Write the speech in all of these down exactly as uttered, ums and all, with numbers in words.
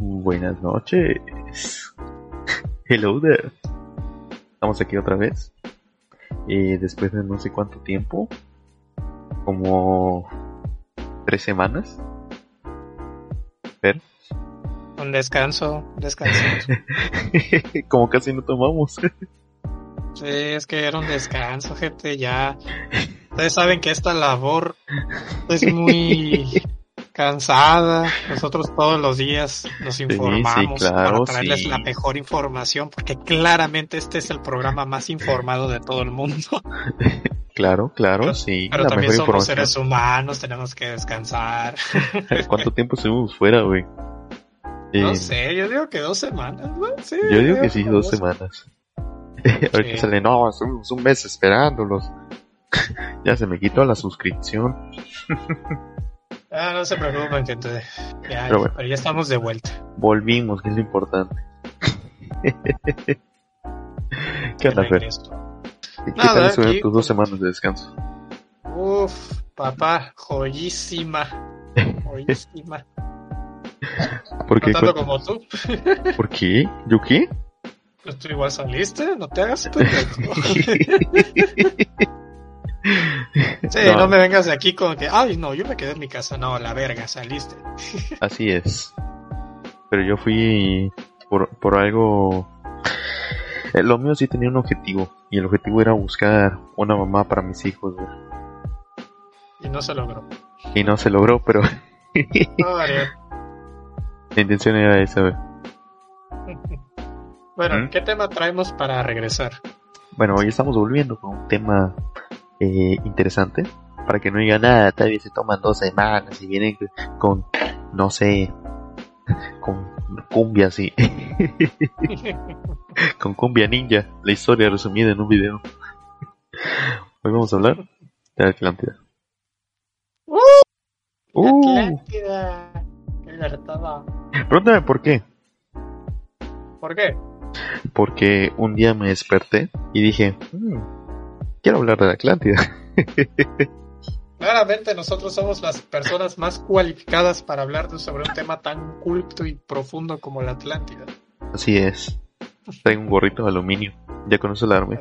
Buenas noches. Hello there. Estamos aquí otra vez. Eh, después de no sé cuánto tiempo. Como tres semanas. Pero un descanso, descanso. Como casi no tomamos. Sí, es que era un descanso, gente, ya. Ustedes saben que esta labor es muy cansada. Nosotros todos los días nos informamos, sí, sí, claro, para traerles sí. la mejor información, porque claramente este es el programa más informado de todo el mundo. Claro, claro, pero, sí. Pero la también mejor somos seres humanos, tenemos que descansar. ¿Cuánto tiempo estuvimos fuera, güey? No Eh, sé, yo digo que dos semanas, ¿no? Sí, yo digo que sí, dos, dos semanas. Ahorita sí. sale, no, estuvimos un mes esperándolos. Ya se me quitó la suscripción. Ah, no se preocupen, gente. Ya, Pero bueno, pero ya estamos de vuelta. Volvimos, que es lo importante. ¿Qué onda, Fer? ¿Qué Nada, tal estuvieron aquí, tus dos semanas de descanso? Uf, papá, joyísima. Joyísima. ¿Por qué? No tanto como tú. ¿Por qué? ¿Yo qué? Pues tú igual saliste, no te hagas pendejo. Sí, no. no me vengas de aquí con que, ay, no, yo me quedé en mi casa. No, la verga, saliste. Así es. Pero yo fui por, por algo... Eh, lo mío sí tenía un objetivo. Y el objetivo era buscar una mamá para mis hijos, güey. Y no se logró. Y no se logró, pero... No, la intención era esa, güey. Bueno, ¿Mm? ¿qué tema traemos para regresar? Bueno, hoy estamos volviendo con un tema eh, interesante. Para que no digan nada, tal vez se toman dos semanas y vienen con, no sé, con cumbia así. Con cumbia ninja, la historia resumida en un video. Hoy vamos a hablar de Atlántida. ¡Uh! Uh. Atlántida. Qué libertad. Pregúntame por qué. ¿Por qué? Porque un día me desperté y dije, mmm, quiero hablar de la Atlántida. Claramente nosotros somos las personas más cualificadas para hablar de sobre un tema tan culto y profundo como la Atlántida. Así es. Traigo un gorrito de aluminio. Ya con eso la armé.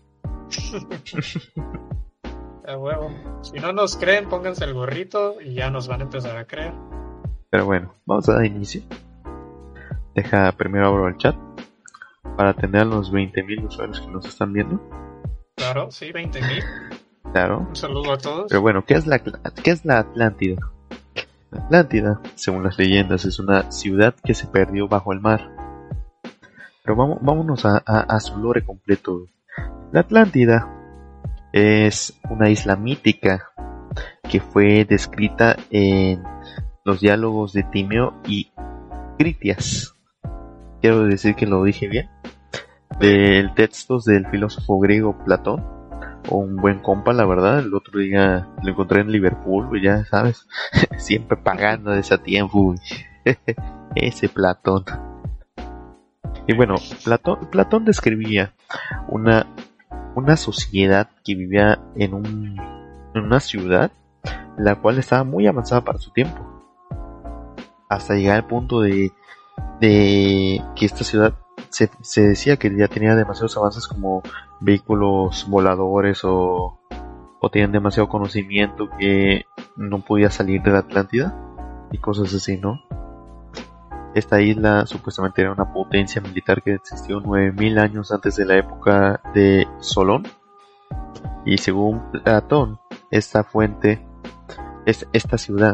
A huevo. Si no nos creen, pónganse el gorrito y ya nos van a empezar a creer. Pero bueno, vamos a dar inicio. Deja primero abro el chat para atender a los veinte mil usuarios que nos están viendo. Claro, sí, veinte mil. Claro. Un saludo a todos. Pero bueno, ¿qué es la, qué es la Atlántida? La Atlántida, según las leyendas, es una ciudad que se perdió bajo el mar. Pero vamos, vámonos a, a, a su lore completo. La Atlántida es una isla mítica que fue descrita en los diálogos de Timeo y Critias. Quiero decir que lo dije bien. Del textos del filósofo griego Platón, o un buen compa, la verdad. El otro día lo encontré en Liverpool, ya sabes, siempre pagando de ese tiempo. Ese Platón. Y bueno, Platón, Platón describía una, una sociedad que vivía en, un, en una ciudad, la cual estaba muy avanzada para su tiempo. Hasta llegar al punto de, de que esta ciudad se, se decía que ya tenía demasiados avances como vehículos voladores o, o tenían demasiado conocimiento que no podía salir de la Atlántida y cosas así, ¿no? Esta isla supuestamente era una potencia militar que existió nueve mil años antes de la época de Solón. Y según Platón, esta fuente, esta ciudad,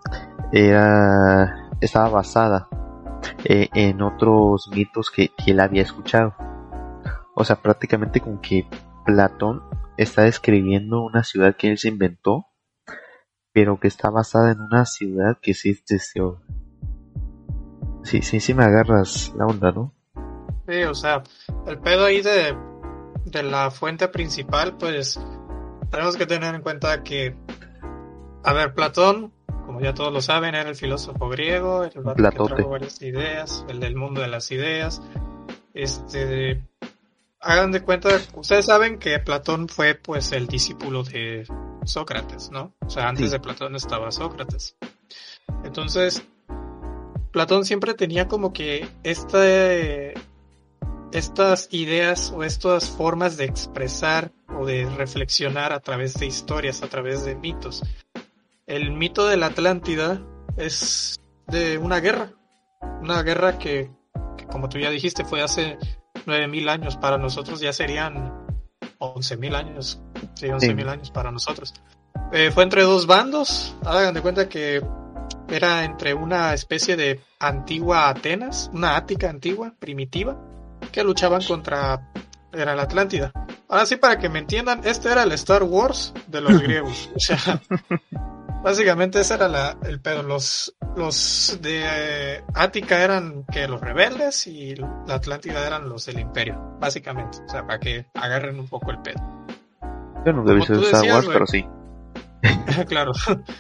era, estaba basada eh, en otros mitos que, que él había escuchado. O sea, prácticamente como que Platón está describiendo una ciudad que él se inventó, pero que está basada en una ciudad que sí existió. Sí, sí, sí me agarras la onda, ¿no? Sí, o sea, el pedo ahí de, de la fuente principal, pues tenemos que tener en cuenta que, a ver, Platón, como ya todos lo saben, era el filósofo griego, el vato que trajo varias ideas, el del mundo de las ideas. Este, hagan de cuenta, ustedes saben que Platón fue pues el discípulo de Sócrates, ¿no? O sea, antes Sí. de Platón estaba Sócrates. Entonces, Platón siempre tenía como que este, estas ideas o estas formas de expresar o de reflexionar a través de historias, a través de mitos. El mito de la Atlántida es de una guerra, una guerra que, que como tú ya dijiste, fue hace nueve mil años, para nosotros ya serían once mil años, sí, once mil sí. años para nosotros. Eh, fue entre dos bandos, hagan de cuenta que era entre una especie de antigua Atenas, una Ática antigua, primitiva, que luchaban contra, era la Atlántida. Ahora sí, para que me entiendan, este era el Star Wars de los griegos, o sea, básicamente ese era la, el pedo. Los, los de eh, Ática eran que los rebeldes y la Atlántida eran los del Imperio, básicamente. O sea, para que agarren un poco el pedo. Yo no debí ser Star Wars, wey, pero sí. Claro.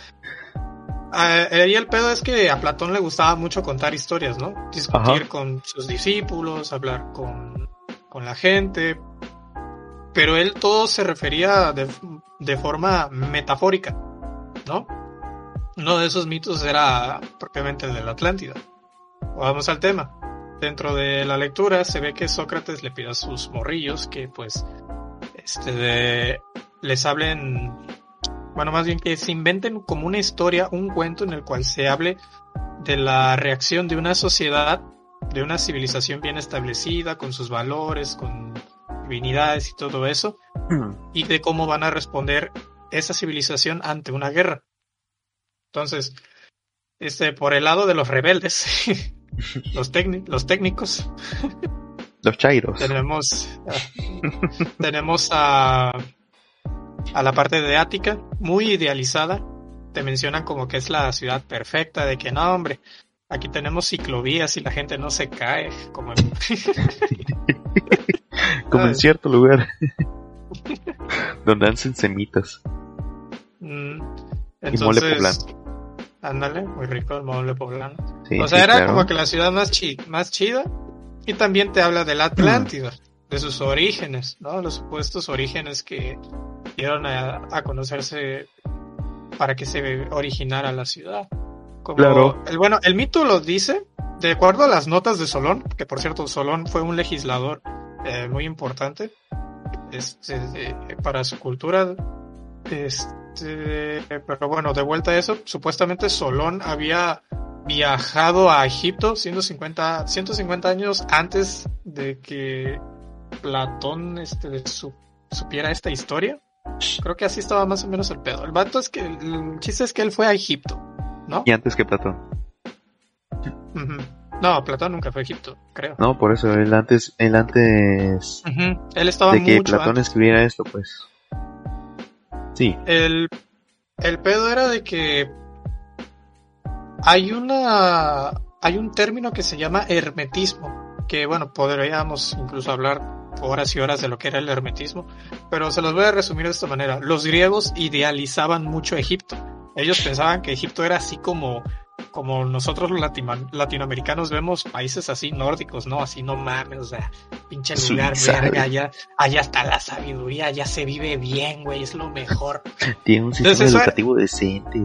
Ahí el pedo es que a Platón le gustaba mucho contar historias, ¿no? Discutir Ajá. con sus discípulos, hablar con, con la gente. Pero él todo se refería de, de forma metafórica, ¿no? Uno de esos mitos era propiamente el de la Atlántida. Vamos al tema. Dentro de la lectura se ve que Sócrates le pide a sus morrillos que pues este de, les hablen, bueno, más bien que se inventen como una historia, un cuento en el cual se hable de la reacción de una sociedad, de una civilización bien establecida, con sus valores, con divinidades y todo eso, y de cómo van a responder esa civilización ante una guerra. Entonces, este, por el lado de los rebeldes, los, tecni- los técnicos, los chairos, tenemos, uh, tenemos a, a la parte de Ática, muy idealizada. Te mencionan como que es la ciudad perfecta, de que no, hombre, aquí tenemos ciclovías y la gente no se cae, como en, como en cierto lugar donde hacen semitas. Mm, entonces, y mole poblano. Ándale, muy rico el mole poblano. Sí, o sea, sí, era claro. como que la ciudad más, chi- más chida. Y también te habla de la Atlántida, mm. de sus orígenes, ¿no? Los supuestos orígenes que dieron a, a conocerse para que se originara la ciudad. Como claro. El, bueno, el mito lo dice, de acuerdo a las notas de Solón, que por cierto Solón fue un legislador eh, muy importante este, de, para su cultura. Este, pero bueno, de vuelta a eso, supuestamente Solón había viajado a Egipto ciento cincuenta, ciento cincuenta años antes de que Platón este, su, supiera esta historia. Creo que así estaba más o menos el pedo. El vato es que, el chiste es que él fue a Egipto, ¿no? Y antes que Platón. Uh-huh. No, Platón nunca fue a Egipto, creo. No, por eso, él antes, él antes uh-huh. él estaba de que mucho Platón antes. escribiera esto, pues. Sí. El, el pedo era de que hay una, hay un término que se llama hermetismo, que bueno, podríamos incluso hablar horas y horas de lo que era el hermetismo, pero se los voy a resumir de esta manera. Los griegos idealizaban mucho Egipto. Ellos pensaban que Egipto era así como, como nosotros los latino, latinoamericanos vemos países así nórdicos, ¿no? Así no mames, o sea, pinche lugar, verga, allá, allá está la sabiduría, allá se vive bien, güey, es lo mejor. Tiene un sistema Entonces, educativo era... decente.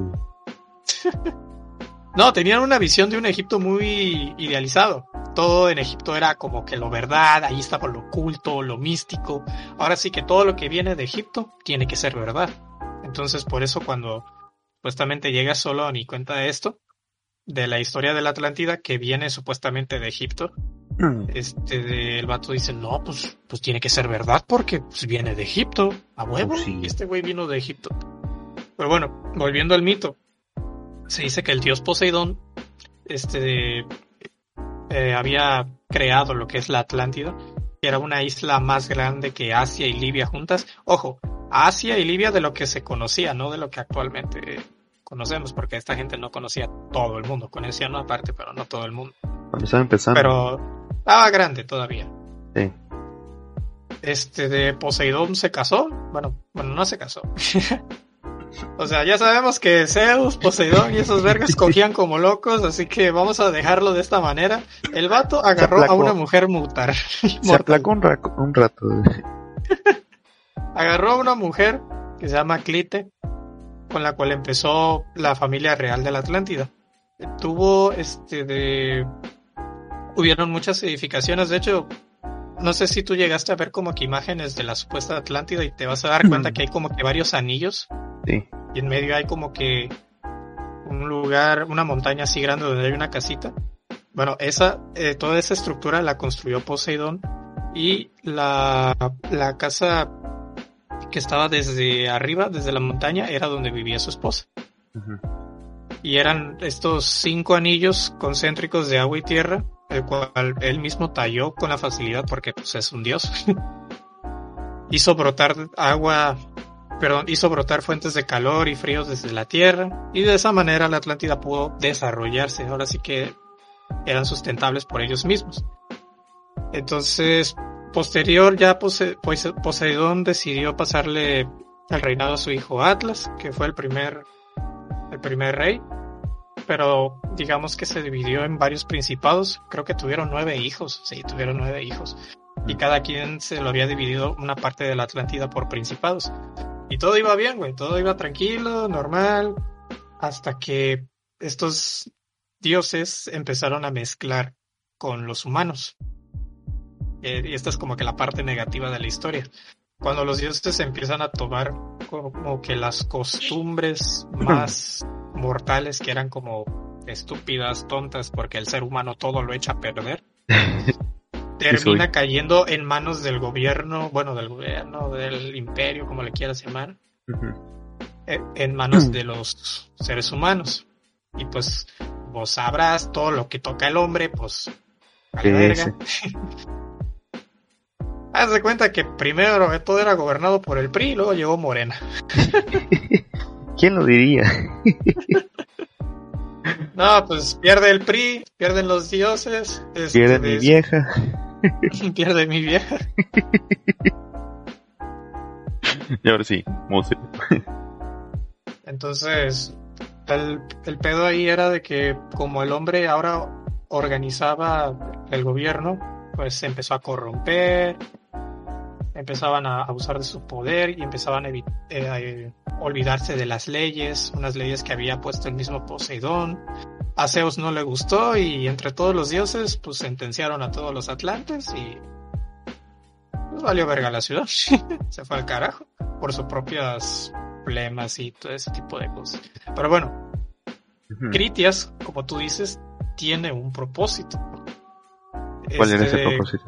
No, tenían una visión de un Egipto muy idealizado. Todo en Egipto era como que lo verdad, ahí estaba lo oculto, lo místico. Ahora sí que todo lo que viene de Egipto tiene que ser verdad. Entonces, por eso cuando supuestamente llega Solón y cuenta esto, de la historia de la Atlántida, que viene supuestamente de Egipto, mm. este, de, el vato dice, no, pues, pues tiene que ser verdad porque pues, viene de Egipto, a huevo, oh, sí. Este güey vino de Egipto. Pero bueno, volviendo al mito, se dice que el dios Poseidón, este, eh, había creado lo que es la Atlántida, que era una isla más grande que Asia y Libia juntas. Ojo, Asia y Libia de lo que se conocía, no de lo que actualmente conocemos, porque esta gente no conocía todo el mundo, conocía una parte, pero no todo el mundo. Cuando estaba empezando. Pero estaba grande todavía. Sí. Este de Poseidón se casó, bueno, bueno, no se casó. O sea, ya sabemos que Zeus, Poseidón y esos vergas cogían como locos, así que vamos a dejarlo de esta manera. El vato agarró a una mujer mutar. Se aplacó un, ra- un rato. Agarró a una mujer que se llama Clite, con la cual empezó la familia real de la Atlántida. tuvo este de hubieron muchas edificaciones. De hecho, no sé si tú llegaste a ver como que imágenes de la supuesta Atlántida y te vas a dar cuenta que hay como que varios anillos. Sí. Y en medio hay como que un lugar, una montaña así grande donde hay una casita. Bueno, esa, eh, toda esa estructura la construyó Poseidón, y la, la casa que estaba desde arriba, desde la montaña, era donde vivía su esposa. Uh-huh. Y eran estos cinco anillos concéntricos de agua y tierra, el cual él mismo talló con la facilidad porque pues es un dios. Hizo brotar agua, perdón, hizo brotar fuentes de calor y fríos desde la tierra, y de esa manera la Atlántida pudo desarrollarse. Ahora sí que eran sustentables por ellos mismos. Entonces, posterior ya Pose- Pose- Poseidón decidió pasarle el reinado a su hijo Atlas, que fue el primer, el primer rey, pero digamos que se dividió en varios principados. Creo que tuvieron nueve hijos, sí, tuvieron nueve hijos, y cada quien se lo había dividido una parte de la Atlántida por principados. Y todo iba bien, güey, todo iba tranquilo, normal, hasta que estos dioses empezaron a mezclar con los humanos. Eh, y esta es como que la parte negativa de la historia. Cuando los dioses empiezan a tomar como que las costumbres más mortales, que eran como estúpidas, tontas, porque el ser humano todo lo echa a perder, termina cayendo en manos del gobierno, bueno, del gobierno, del imperio, como le quieras llamar, uh-huh. en manos de los seres humanos. Y pues vos sabrás, todo lo que toca el hombre, pues a la verga. Haz de cuenta que primero todo era gobernado por el P R I y luego llegó Morena. ¿Quién lo diría? No, pues pierde el P R I, pierden los dioses. Este, pierde mi vieja. Pierde mi vieja. Y ahora sí, música. Entonces, el, el pedo ahí era de que como el hombre ahora organizaba el gobierno, pues se empezó a corromper, empezaban a abusar de su poder y empezaban a, evi- eh, a eh, olvidarse de las leyes, unas leyes que había puesto el mismo Poseidón. A Zeus no le gustó y entre todos los dioses pues sentenciaron a todos los atlantes y pues valió verga la ciudad. Se fue al carajo por sus propias problemas y todo ese tipo de cosas. Pero bueno, uh-huh. Critias, como tú dices, tiene un propósito. ¿Cuál este, era ese propósito?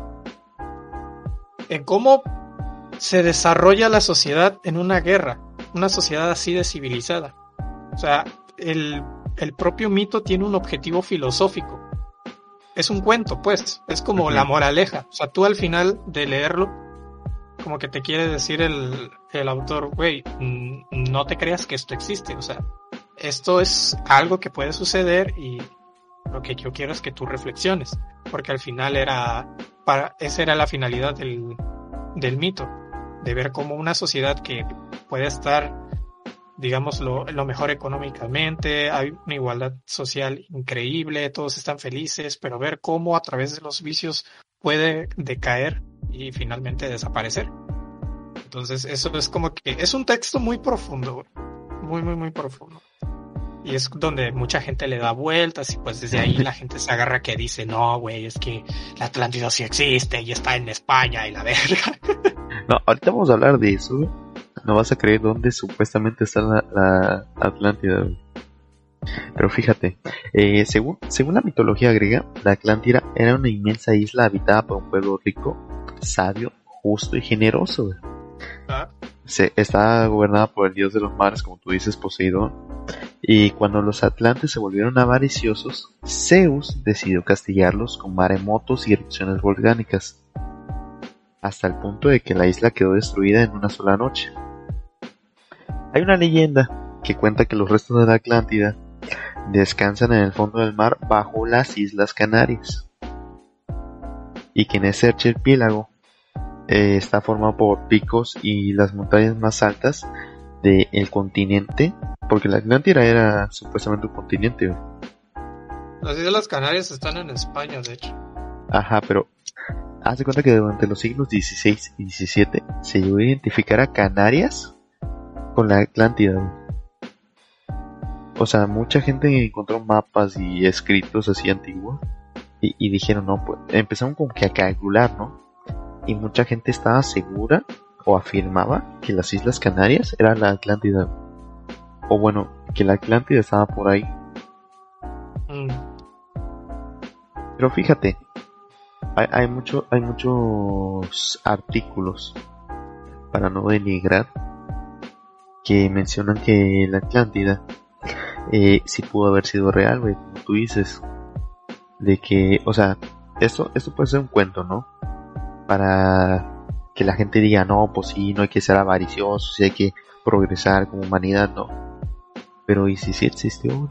En cómo se desarrolla la sociedad en una guerra, una sociedad así de civilizada. O sea, el, el propio mito tiene un objetivo filosófico. Es un cuento, pues, es como uh-huh. la moraleja. O sea, tú al final de leerlo, como que te quiere decir el, el autor, güey, no te creas que esto existe. O sea, esto es algo que puede suceder y lo que yo quiero es que tú reflexiones. Porque al final era, para, esa era la finalidad del, del mito, de ver cómo una sociedad que puede estar, digamos, lo, lo mejor económicamente, hay una igualdad social increíble, todos están felices, pero ver cómo a través de los vicios puede decaer y finalmente desaparecer. Entonces eso es como que, es un texto muy profundo, muy, muy, muy profundo. Y es donde mucha gente le da vueltas y pues desde ahí la gente se agarra que dice, no, güey, es que la Atlántida sí existe y está en España y la verga. No, ahorita vamos a hablar de eso, güey. No vas a creer dónde supuestamente está la, la Atlántida, güey. Pero fíjate, eh, según, según la mitología griega, la Atlántida era una inmensa isla habitada por un pueblo rico, sabio, justo y generoso, güey. ¿Ah? Se, está gobernada por el dios de los mares, como tú dices, Poseidón. Y cuando los atlantes se volvieron avariciosos, Zeus decidió castigarlos con maremotos y erupciones volcánicas, hasta el punto de que la isla quedó destruida en una sola noche. Hay una leyenda que cuenta que los restos de la Atlántida descansan en el fondo del mar bajo las Islas Canarias, y que en ese archipiélago eh, está formado por picos y las montañas más altas del continente, porque la Atlántida era supuestamente un continente, güey. Las Islas Canarias están en España, de hecho. Ajá, pero haz de cuenta que durante los siglos dieciséis y diecisiete se llegó a identificar a Canarias con la Atlántida, güey. o sea, mucha gente encontró mapas y escritos así antiguos y, y dijeron, no, pues empezaron como que a calcular, ¿no? Y mucha gente estaba segura o afirmaba que las Islas Canarias eran la Atlántida. O bueno, que la Atlántida estaba por ahí. Mm. Pero fíjate, hay, hay, mucho, hay muchos artículos, para no denigrar, que mencionan que la Atlántida eh, sí pudo haber sido real, güey, como tú dices. De que, o sea, esto, esto puede ser un cuento, ¿no? Para que la gente diga, no, pues sí, no hay que ser avariciosos, sí hay que progresar como humanidad, no. Pero ¿y si sí existió?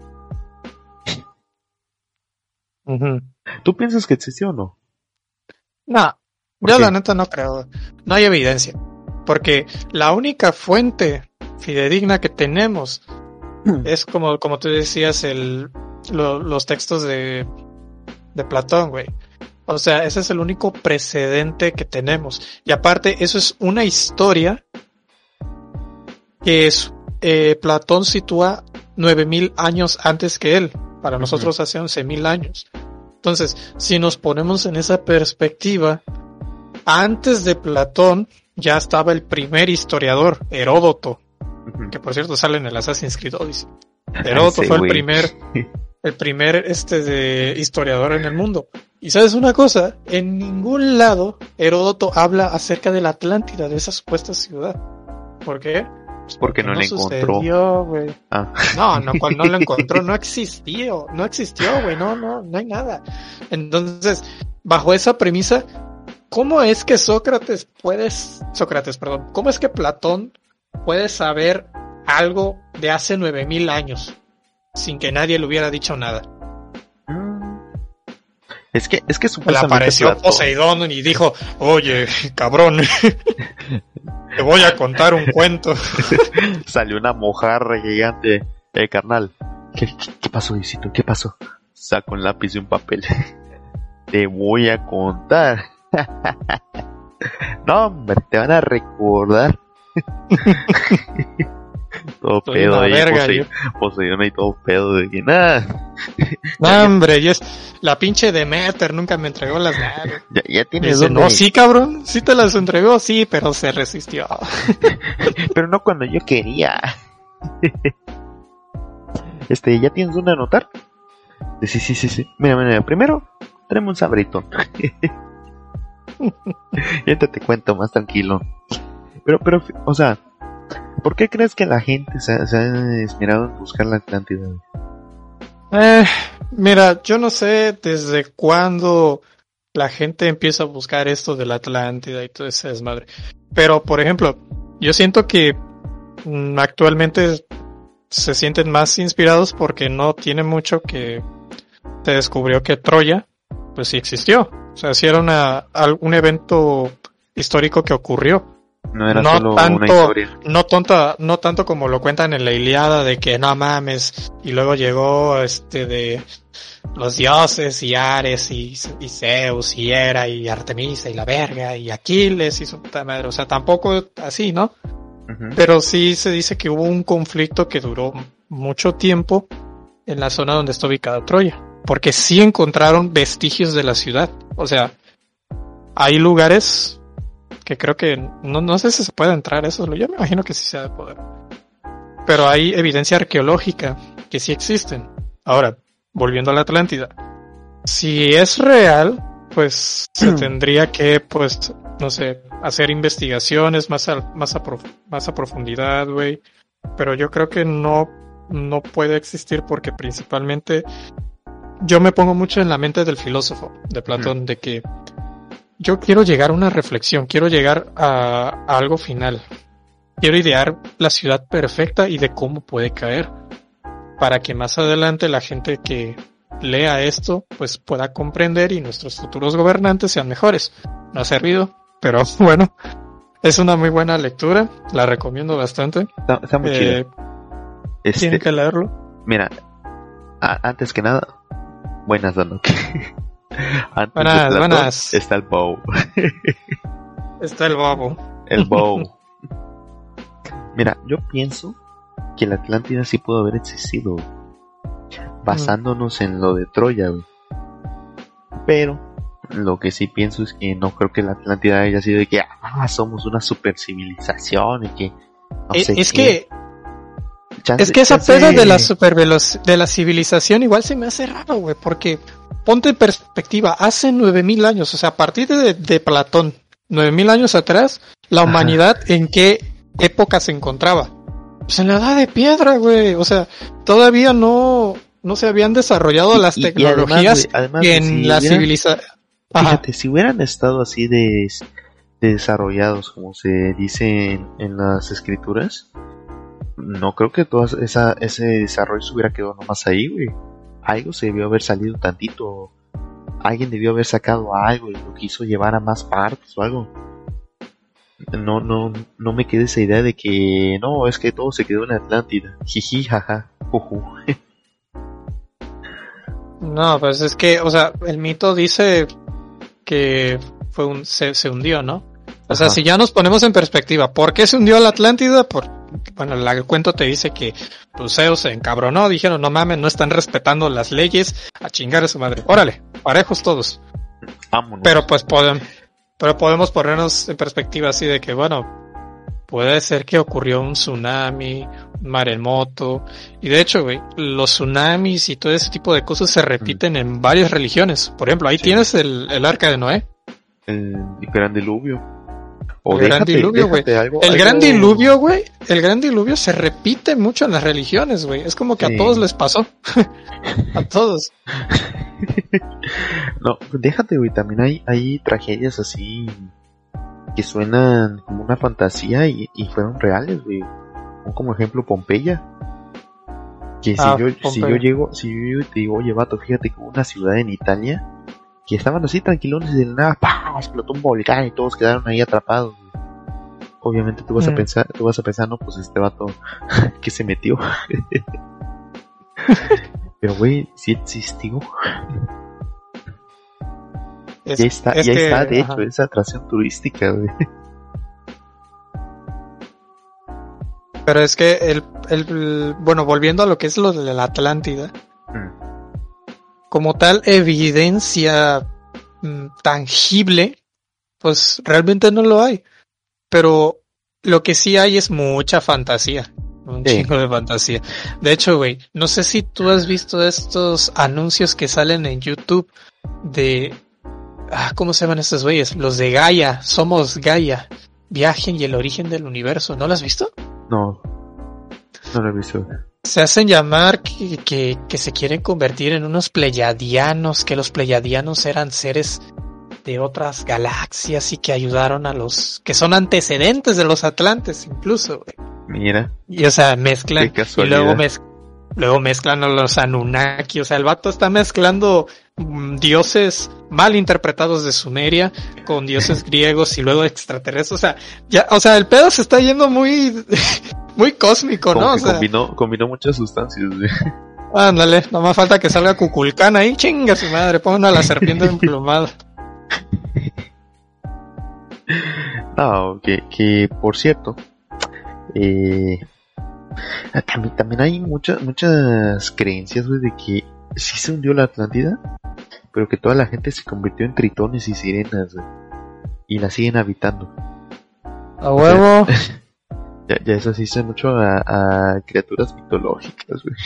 Uh-huh. ¿Tú piensas que existió o no? No, ¿Por yo qué? la neta no creo. No hay evidencia. Porque la única fuente fidedigna que tenemos es como, como tú decías, el, lo, los textos de, de Platón, güey. O sea, ese es el único precedente que tenemos. Y aparte, eso es una historia que es, eh, Platón sitúa nueve mil años antes que él. Para nosotros hace once mil años. Entonces, si nos ponemos en esa perspectiva, antes de Platón ya estaba el primer historiador, Heródoto, uh-huh. que por cierto sale en el Assassin's Creed Odyssey. Heródoto fue el wey. primer, el primer este de historiador en el mundo. Y sabes una cosa, en ningún lado Heródoto habla acerca de la Atlántida, de esa supuesta ciudad. ¿Por qué? Pues porque, porque no, no la encontró. Sucedió, ah. No, no, cuando no la encontró, no existió, no existió, güey, no, no, no hay nada. Entonces, bajo esa premisa, ¿cómo es que Sócrates puede, Sócrates, perdón, cómo es que Platón puede saber algo de hace nueve mil años sin que nadie le hubiera dicho nada? Es que, es que supuestamente le apareció Platón. Poseidón y dijo, oye, cabrón, te voy a contar un cuento. Salió una mojarra gigante, eh, carnal. ¿Qué, qué, qué pasó, Isito? ¿Qué pasó? Saco un lápiz y un papel. Te voy a contar. No, hombre, te van a recordar. Todo Soy pedo ahí, verga, Poseidón, Poseidón ahí todo pedo de que nada. No, hombre, y es la pinche Demeter nunca me entregó las naves. Ya, ya tienes Dice, no, sí, cabrón, sí te las entregó, sí, pero se resistió. Pero no cuando yo quería. Este, ¿ya tienes dónde anotar? Sí, sí, sí, sí. Mira, mira, primero, tráeme un sabrito. Y ahorita te cuento más tranquilo. Pero, pero, o sea, ¿por qué crees que la gente se, se ha esmerado en buscar la Atlántida? Eh, mira, yo no sé desde cuándo la gente empieza a buscar esto de la Atlántida y todo ese desmadre. Pero, por ejemplo, yo siento que mm, actualmente se sienten más inspirados porque no tiene mucho que se descubrió que Troya, pues sí existió. O sea, sí era una, un evento histórico que ocurrió. No era no solo tanto, una historia. No, tonta, no tanto como lo cuentan en la Ilíada de que no mames, y luego llegó este de los dioses y Ares y, y Zeus y Hera y Artemisa y la verga y Aquiles y su puta madre. O sea, tampoco así, ¿no? Uh-huh. Pero sí se dice que hubo un conflicto que duró mucho tiempo en la zona donde está ubicada Troya. Porque sí encontraron vestigios de la ciudad. O sea, hay lugares que creo que no, no sé si se puede entrar eso, yo me imagino que sí se ha de poder. Pero hay evidencia arqueológica que sí existen. Ahora, volviendo a la Atlántida, si es real, pues se tendría que, pues, no sé, hacer investigaciones más a, más a, prof, más a profundidad, güey. Pero yo creo que no, no puede existir porque principalmente yo me pongo mucho en la mente del filósofo, de Platón, de que yo quiero llegar a una reflexión, quiero llegar a, a algo final. Quiero idear la ciudad perfecta y de cómo puede caer. Para que más adelante la gente que lea esto, pues pueda comprender y nuestros futuros gobernantes sean mejores. No ha servido, pero bueno, es una muy buena lectura, la recomiendo bastante. Está, está muy eh, chido. Este, tienen que leerlo. Mira, a, antes que nada, buenas noches. Antes buenas, de Platón, buenas. Está el bow. Está el babo. El bow. Mira, yo pienso que la Atlántida sí pudo haber existido, güey, basándonos mm. en lo de Troya, güey. Pero lo que sí pienso es que no creo que la Atlántida haya sido de que ah, somos una super civilización y que no es, sé es qué. que chance, es que esa chance... peda de la super de la civilización igual se me hace raro, güey, porque ponte en perspectiva, hace nueve mil años, o sea, a partir de, de Platón, nueve mil años atrás, la humanidad, Ajá. ¿en qué época se encontraba? Pues en la edad de piedra, güey, o sea, todavía no, no se habían desarrollado y, las y, tecnologías y además, güey, además, en si la civilización. Fíjate, si hubieran estado así de, de desarrollados, como se dice en, en las escrituras, no creo que todo esa, ese desarrollo se hubiera quedado nomás ahí, güey. Algo se debió haber salido tantito. Alguien debió haber sacado algo y lo quiso llevar a más partes o algo. No, no, no me quede esa idea de que no, es que todo se quedó en Atlántida. Jiji, jaja, juju. No, pues es que, o sea, el mito dice que fue un, se, se hundió, ¿no? O sea, Ajá. si ya nos ponemos en perspectiva, ¿por qué se hundió la Atlántida? Por, bueno, la, el cuento te dice que pues, Zeus se encabronó, dijeron, no mames, no están respetando las leyes, a chingar a su madre. Órale, parejos todos. Vámonos. Pero pues podemos, pero podemos ponernos en perspectiva así de que, bueno, puede ser que ocurrió un tsunami, un maremoto, y de hecho, güey, los tsunamis y todo ese tipo de cosas se repiten mm. en varias religiones. Por ejemplo, ahí sí. tienes el, el arca de Noé. El gran diluvio. O el déjate, gran diluvio, güey. El algo... gran diluvio, güey. El gran diluvio se repite mucho en las religiones, güey. Es como que sí. a todos les pasó. A todos. No, déjate, güey. También hay, hay tragedias así que suenan como una fantasía y, y fueron reales, güey. Como ejemplo Pompeya. Que si, ah, yo, si yo llego, si yo te digo, oye, vato, fíjate que una ciudad en Italia que estaban así tranquilones y de nada, ¡pah! Explotó un volcán y todos quedaron ahí atrapados. Obviamente tú vas mm. a pensar, tú vas a pensar, no, pues este vato que se metió. Pero güey, sí existió. Es, ya está, ya que, está, de ajá. hecho, esa atracción turística, güey. Pero es que el, el, el, bueno, volviendo a lo que es lo de la Atlántida, mm. como tal evidencia mm, tangible, pues realmente no lo hay. Pero lo que sí hay es mucha fantasía. Un sí. chingo de fantasía. De hecho, güey, no sé si tú has visto estos anuncios que salen en YouTube de... Ah, ¿cómo se llaman estos güeyes? Los de Gaia. Somos Gaia. Viajen y el origen del universo. ¿No lo has visto? No. No lo he visto. Se hacen llamar que, que, que se quieren convertir en unos pleyadianos, que los pleyadianos eran seres de otras galaxias y que ayudaron a los... que son antecedentes de los atlantes incluso, güey. Mira. Y o sea, mezclan y luego, mez, luego mezclan a los Anunnaki, o sea, el vato está mezclando um, dioses mal interpretados de Sumeria con dioses griegos y luego extraterrestres, o sea, ya, o sea, el pedo se está yendo muy... muy cósmico, como ¿no? O sea, combinó, combinó muchas sustancias, güey. Ándale, no más falta que salga Cuculcán ahí, chinga su madre, pongan a la serpiente emplumada. No, que, que por cierto, eh, también, también hay muchas, muchas creencias, güey, de que sí se hundió la Atlántida, pero que toda la gente se convirtió en tritones y sirenas, güey, y la siguen habitando. A huevo. O sea, Ya, ya eso sí se mucho a, a criaturas mitológicas, güey.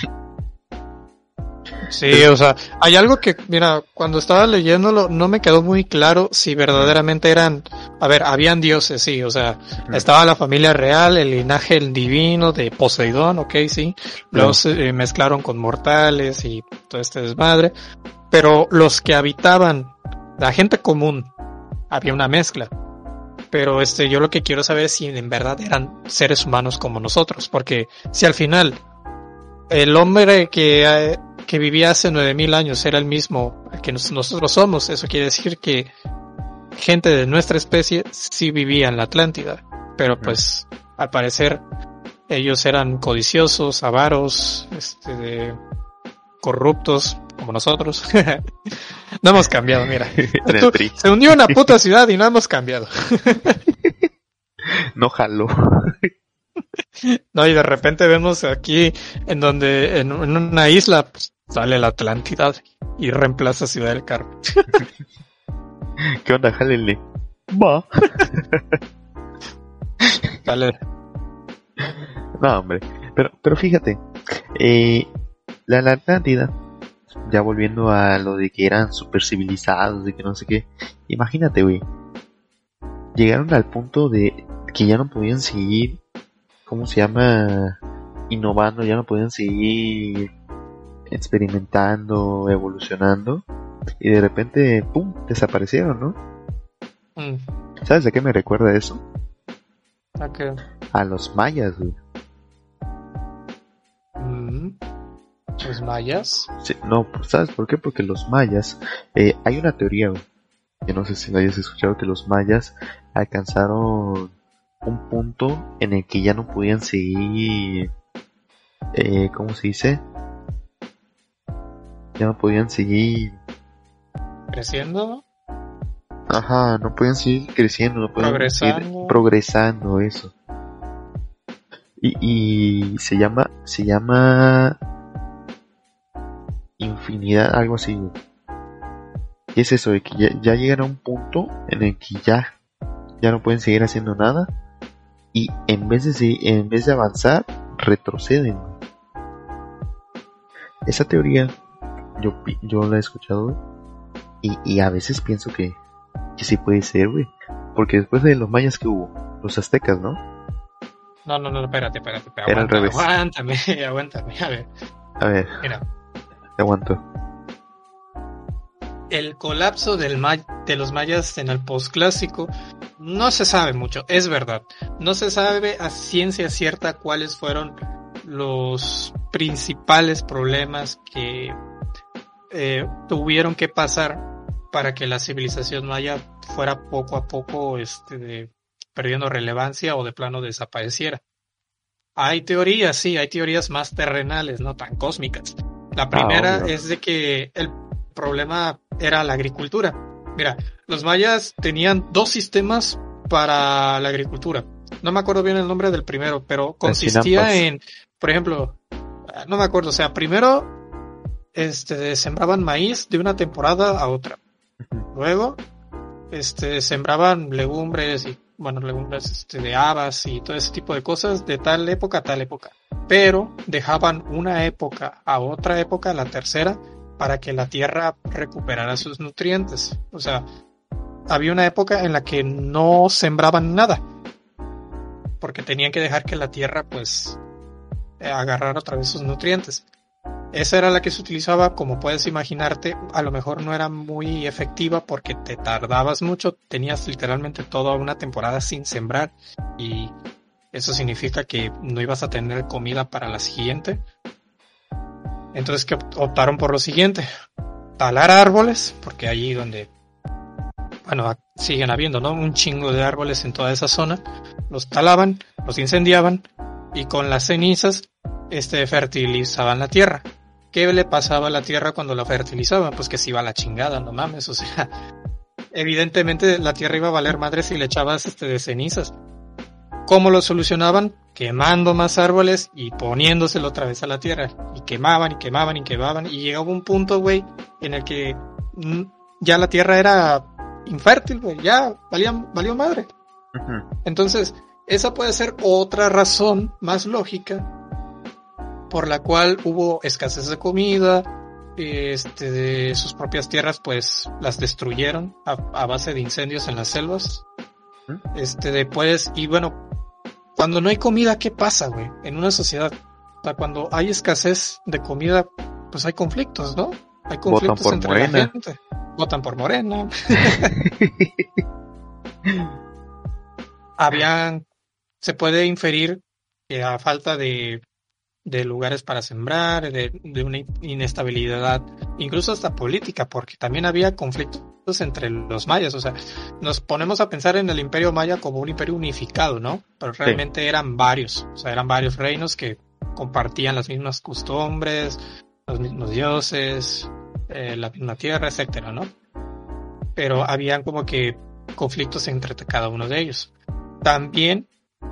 Sí, o sea, hay algo que, mira, cuando estaba leyéndolo no me quedó muy claro si verdaderamente eran, a ver, habían dioses, sí, o sea, uh-huh. estaba la familia real, el linaje divino de Poseidón, ok, sí, luego uh-huh. se eh, mezclaron con mortales y todo este desmadre, pero los que habitaban, la gente común, había una mezcla. Pero este, yo lo que quiero saber es si en verdad eran seres humanos como nosotros, porque si al final el hombre que, eh, que vivía hace nueve mil años era el mismo que nos, nosotros somos, eso quiere decir que gente de nuestra especie sí vivía en la Atlántida, pero pues al parecer ellos eran codiciosos, avaros, este, de, corruptos como nosotros. No hemos cambiado, mira. Tú, se hundió una puta ciudad y no hemos cambiado. No jaló. No, y de repente vemos aquí en donde, en, en una isla, pues, sale la Atlántida y reemplaza Ciudad del Carmen. ¿Qué onda? Jálenle. Va. Sale. No, hombre. Pero, pero fíjate, eh, la, la Atlántida, ya volviendo a lo de que eran super civilizados, de que no sé qué. Imagínate, güey. Llegaron al punto de que ya no podían seguir, ¿cómo se llama? Innovando, ya no podían seguir experimentando, evolucionando. Y de repente, ¡pum!, desaparecieron, ¿no? Mm. ¿Sabes de qué me recuerda eso? ¿A qué? A los mayas, güey. Mm. ¿Los mayas? Sí, no, pues, ¿sabes por qué? Porque los mayas, eh, hay una teoría, güey, que no sé si lo hayas escuchado, que los mayas alcanzaron un punto en el que ya no podían seguir, eh, ¿cómo se dice? Ya no podían seguir, ¿Creciendo? ajá, no podían seguir creciendo, no podían Progresando. seguir progresando, eso. Y, y se llama, se llama infinidad, algo así, güey. ¿Qué es eso? De que ya, ya llegan a un punto en el que ya, ya no pueden seguir haciendo nada y en vez de se- en vez de avanzar retroceden. Esa teoría yo pi- yo la he escuchado, güey, y, y a veces pienso que, que sí puede ser, güey, porque después de los mayas que hubo, los aztecas, ¿no? No, no, no, espérate, espérate. espérate. Era al Aguanta, revés. aguántame, aguántame. A ver, A ver, mira. te aguanto. El colapso del may- de los mayas en el posclásico no se sabe mucho, es verdad. No se sabe a ciencia cierta cuáles fueron los principales problemas que eh, tuvieron que pasar para que la civilización maya fuera poco a poco este, de- perdiendo relevancia o de plano desapareciera. Hay teorías, sí, hay teorías más terrenales, no tan cósmicas. La primera obvio. es de que el problema era la agricultura. Mira, los mayas tenían dos sistemas para la agricultura. No me acuerdo bien el nombre del primero, pero consistía chinampas. en, por ejemplo, no me acuerdo, o sea, primero este sembraban maíz de una temporada a otra. Luego este sembraban legumbres y bueno, legumbres este, de habas y todo ese tipo de cosas de tal época a tal época. Pero dejaban una época a otra época, la tercera, para que la tierra recuperara sus nutrientes. O sea, había una época en la que no sembraban nada, porque tenían que dejar que la tierra pues eh, agarrara otra vez sus nutrientes. Esa era la que se utilizaba, como puedes imaginarte, a lo mejor no era muy efectiva porque te tardabas mucho, tenías literalmente toda una temporada sin sembrar y eso significa que no ibas a tener comida para la siguiente. Entonces, ¿qué optaron por lo siguiente? Talar árboles, porque allí donde, bueno, siguen habiendo, ¿no? Un chingo de árboles en toda esa zona, los talaban, los incendiaban y con las cenizas, este, fertilizaban la tierra. ¿Qué le pasaba a la tierra cuando la fertilizaban? Pues que se iba a la chingada, no mames, o sea, evidentemente la tierra iba a valer madre si le echabas este de cenizas. ¿Cómo lo solucionaban? Quemando más árboles y poniéndoselo otra vez a la tierra. Y quemaban y quemaban y quemaban. Y llegaba un punto, güey, en el que mm, ya la tierra era infértil, güey. Ya valía, valió madre. Ujú. Entonces, esa puede ser otra razón más lógica por la cual hubo escasez de comida, este, de sus propias tierras, pues las destruyeron a, a base de incendios en las selvas. Este, después, y bueno, cuando no hay comida, ¿qué pasa, güey? En una sociedad, o sea, cuando hay escasez de comida, pues hay conflictos, ¿no? Hay conflictos por entre Morena. la gente. Votan por Morena. Habían, se puede inferir que a falta de de lugares para sembrar, de, de una inestabilidad, incluso hasta política, porque también había conflictos entre los mayas. O sea, nos ponemos a pensar en el imperio maya como un imperio unificado, ¿no? Pero realmente sí. eran varios, o sea, eran varios reinos que compartían las mismas costumbres, los mismos dioses, eh, la misma tierra, etcétera, ¿no? Pero habían como que conflictos entre cada uno de ellos. También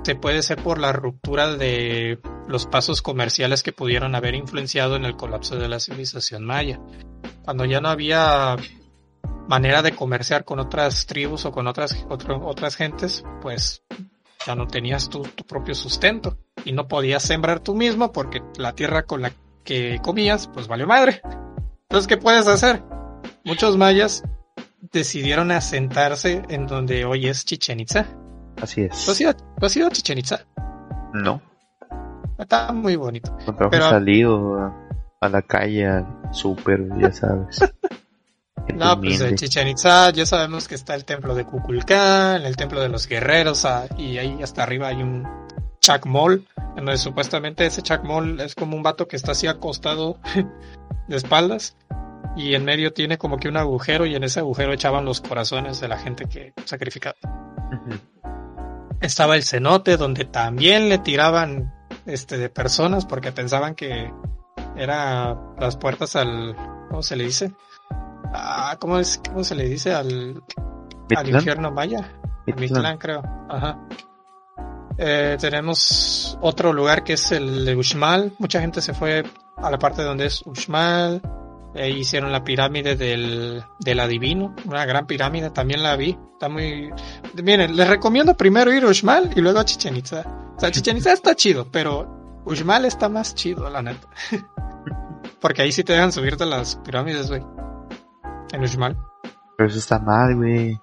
se puede ser por la ruptura de los pasos comerciales que pudieron haber influenciado en el colapso de la civilización maya. Cuando ya no había manera de comerciar con otras tribus o con otras otro, otras gentes, pues ya no tenías tu, tu propio sustento y no podías sembrar tú mismo porque la tierra con la que comías pues valió madre. Entonces, ¿qué puedes hacer? Muchos mayas decidieron asentarse en donde hoy es Chichén Itzá. Así es. ¿Tú has ido, tú has ido a Chichén Itzá? No. Está muy bonito. Cuando Pero... he salido a, a la calle, al súper, ya sabes. No, pues en Chichén Itzá ya sabemos que está el templo de Kukulcán, el templo de los guerreros, ah, y ahí hasta arriba hay un chacmol, en donde supuestamente ese chacmol es como un vato que está así acostado de espaldas, y en medio tiene como que un agujero, y en ese agujero echaban los corazones de la gente que sacrificaba. Uh-huh. Estaba el cenote, donde también le tiraban este de personas, porque pensaban que era las puertas al... ¿cómo se le dice? Ah, ¿cómo es? ¿Cómo se le dice al, al infierno maya? Mictlán, creo. Ajá. Eh, tenemos otro lugar que es el de Uxmal. Mucha gente se fue a la parte donde es Uxmal. Eh, hicieron la pirámide del, del adivino, una gran pirámide, también la vi. Está muy... Miren, les recomiendo primero ir a Uxmal y luego a Chichén Itzá. O sea, Chichén Itzá está chido, pero Uxmal está más chido, la neta. Porque ahí sí te dejan subirte a las pirámides, güey. En Uxmal. Pero eso está mal, güey.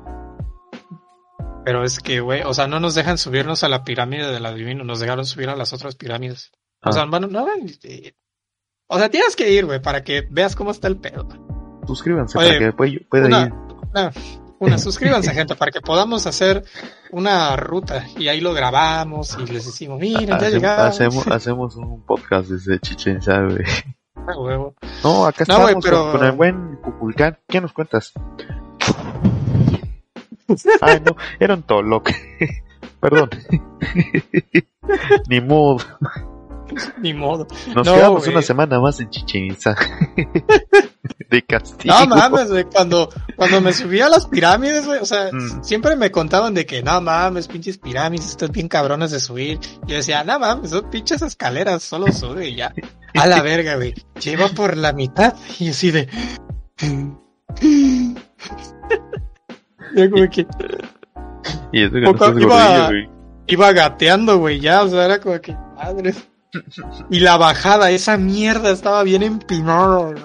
Pero es que, güey, o sea, no nos dejan subirnos a la pirámide del adivino, nos dejaron subir a las otras pirámides. Ah. O sea, bueno, no, eh, o sea, tienes que ir, güey, para que veas cómo está el pedo. Suscríbanse. Oye, para que pueda, pueda una, ir. Una, una, suscríbanse, gente, para que podamos hacer una ruta y ahí lo grabamos y les decimos, miren, ya hacemos, llegamos. Hacemos, hacemos un podcast desde Chichén Itzá, güey. Ah, huevo. No, acá no, estamos wey, pero... con, con el buen Kukulcán. ¿Qué nos cuentas? Ay, no, era un toloc. Perdón. Ni modo. Ni modo. Nos no, quedamos wey. una semana más en Chichén Itzá. De castigo. No mames, güey, cuando, cuando me subí a las pirámides, güey, o sea, mm. siempre me contaban de que, no mames, pinches pirámides, están bien cabrones de subir. Y yo decía, no mames, son pinches escaleras, solo sube y ya. A la verga, güey. Lleva por la mitad y así de... Yo como que... Y eso que no estás iba, gordillo, güey. Iba gateando, güey, ya, o sea, era como que, madre... Y la bajada, esa mierda estaba bien empinada.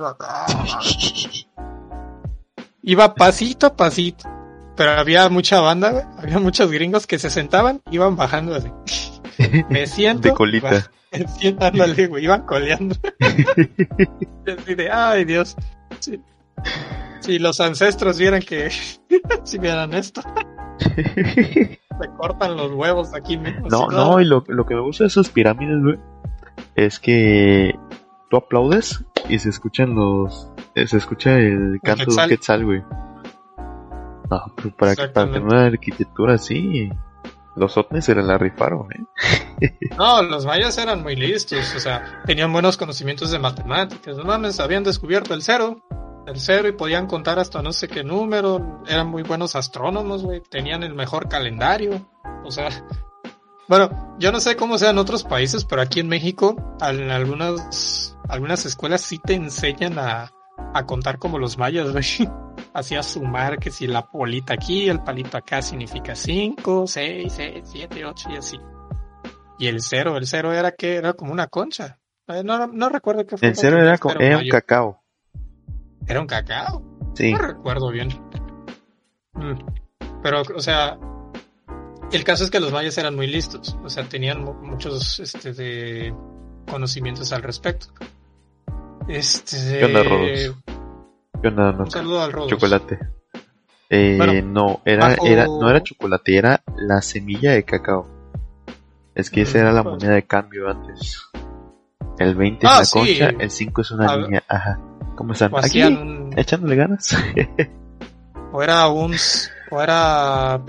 Iba pasito a pasito. Pero había mucha banda, güey. Había muchos gringos que se sentaban, iban bajando así. Me siento. De colita. Va, me siento, ándale, güey, iban coleando. Así de, ay, Dios. Si, si los ancestros vieran que, si vieran esto. Se cortan los huevos aquí mismo. No, no, no, y lo, lo que me gusta de esas pirámides, güey, es que tú aplaudes y se escuchan los... Se escucha el canto de un quetzal, güey. No, pero para, que, para tener una arquitectura así, los otnes se la rifaron, ¿eh? No, los mayas eran muy listos, o sea, tenían buenos conocimientos de matemáticas, no mames, habían descubierto el cero. El cero y podían contar hasta no sé qué número, eran muy buenos astrónomos, güey, tenían el mejor calendario, o sea, bueno, yo no sé cómo sea en otros países, pero aquí en México, en algunas, algunas escuelas sí te enseñan a, a contar como los mayas, güey, así a sumar, que si la bolita aquí, el palito acá significa cinco, seis, seis, siete, ocho y así, y el cero, el cero era que era como una concha, no, no recuerdo qué fue. El cero era, como, era un cacao. ¿Era un cacao? Sí. No recuerdo bien. Mm. Pero, o sea, el caso es que los mayas eran muy listos. O sea, tenían muchos este, de conocimientos al respecto. Este... ¿Qué onda, Rodos? ¿Qué onda, no? Un saludo al Rodos. Chocolate. Eh, bueno, no, era, bajo... era, no era chocolate, era la semilla de cacao. Es que esa mm, era la pues... moneda de cambio antes. El veinte ah, es la sí. concha, el cinco es una niña. Ajá. ¿Cómo están? O Aquí, un... echándole ganas. O era un... O era...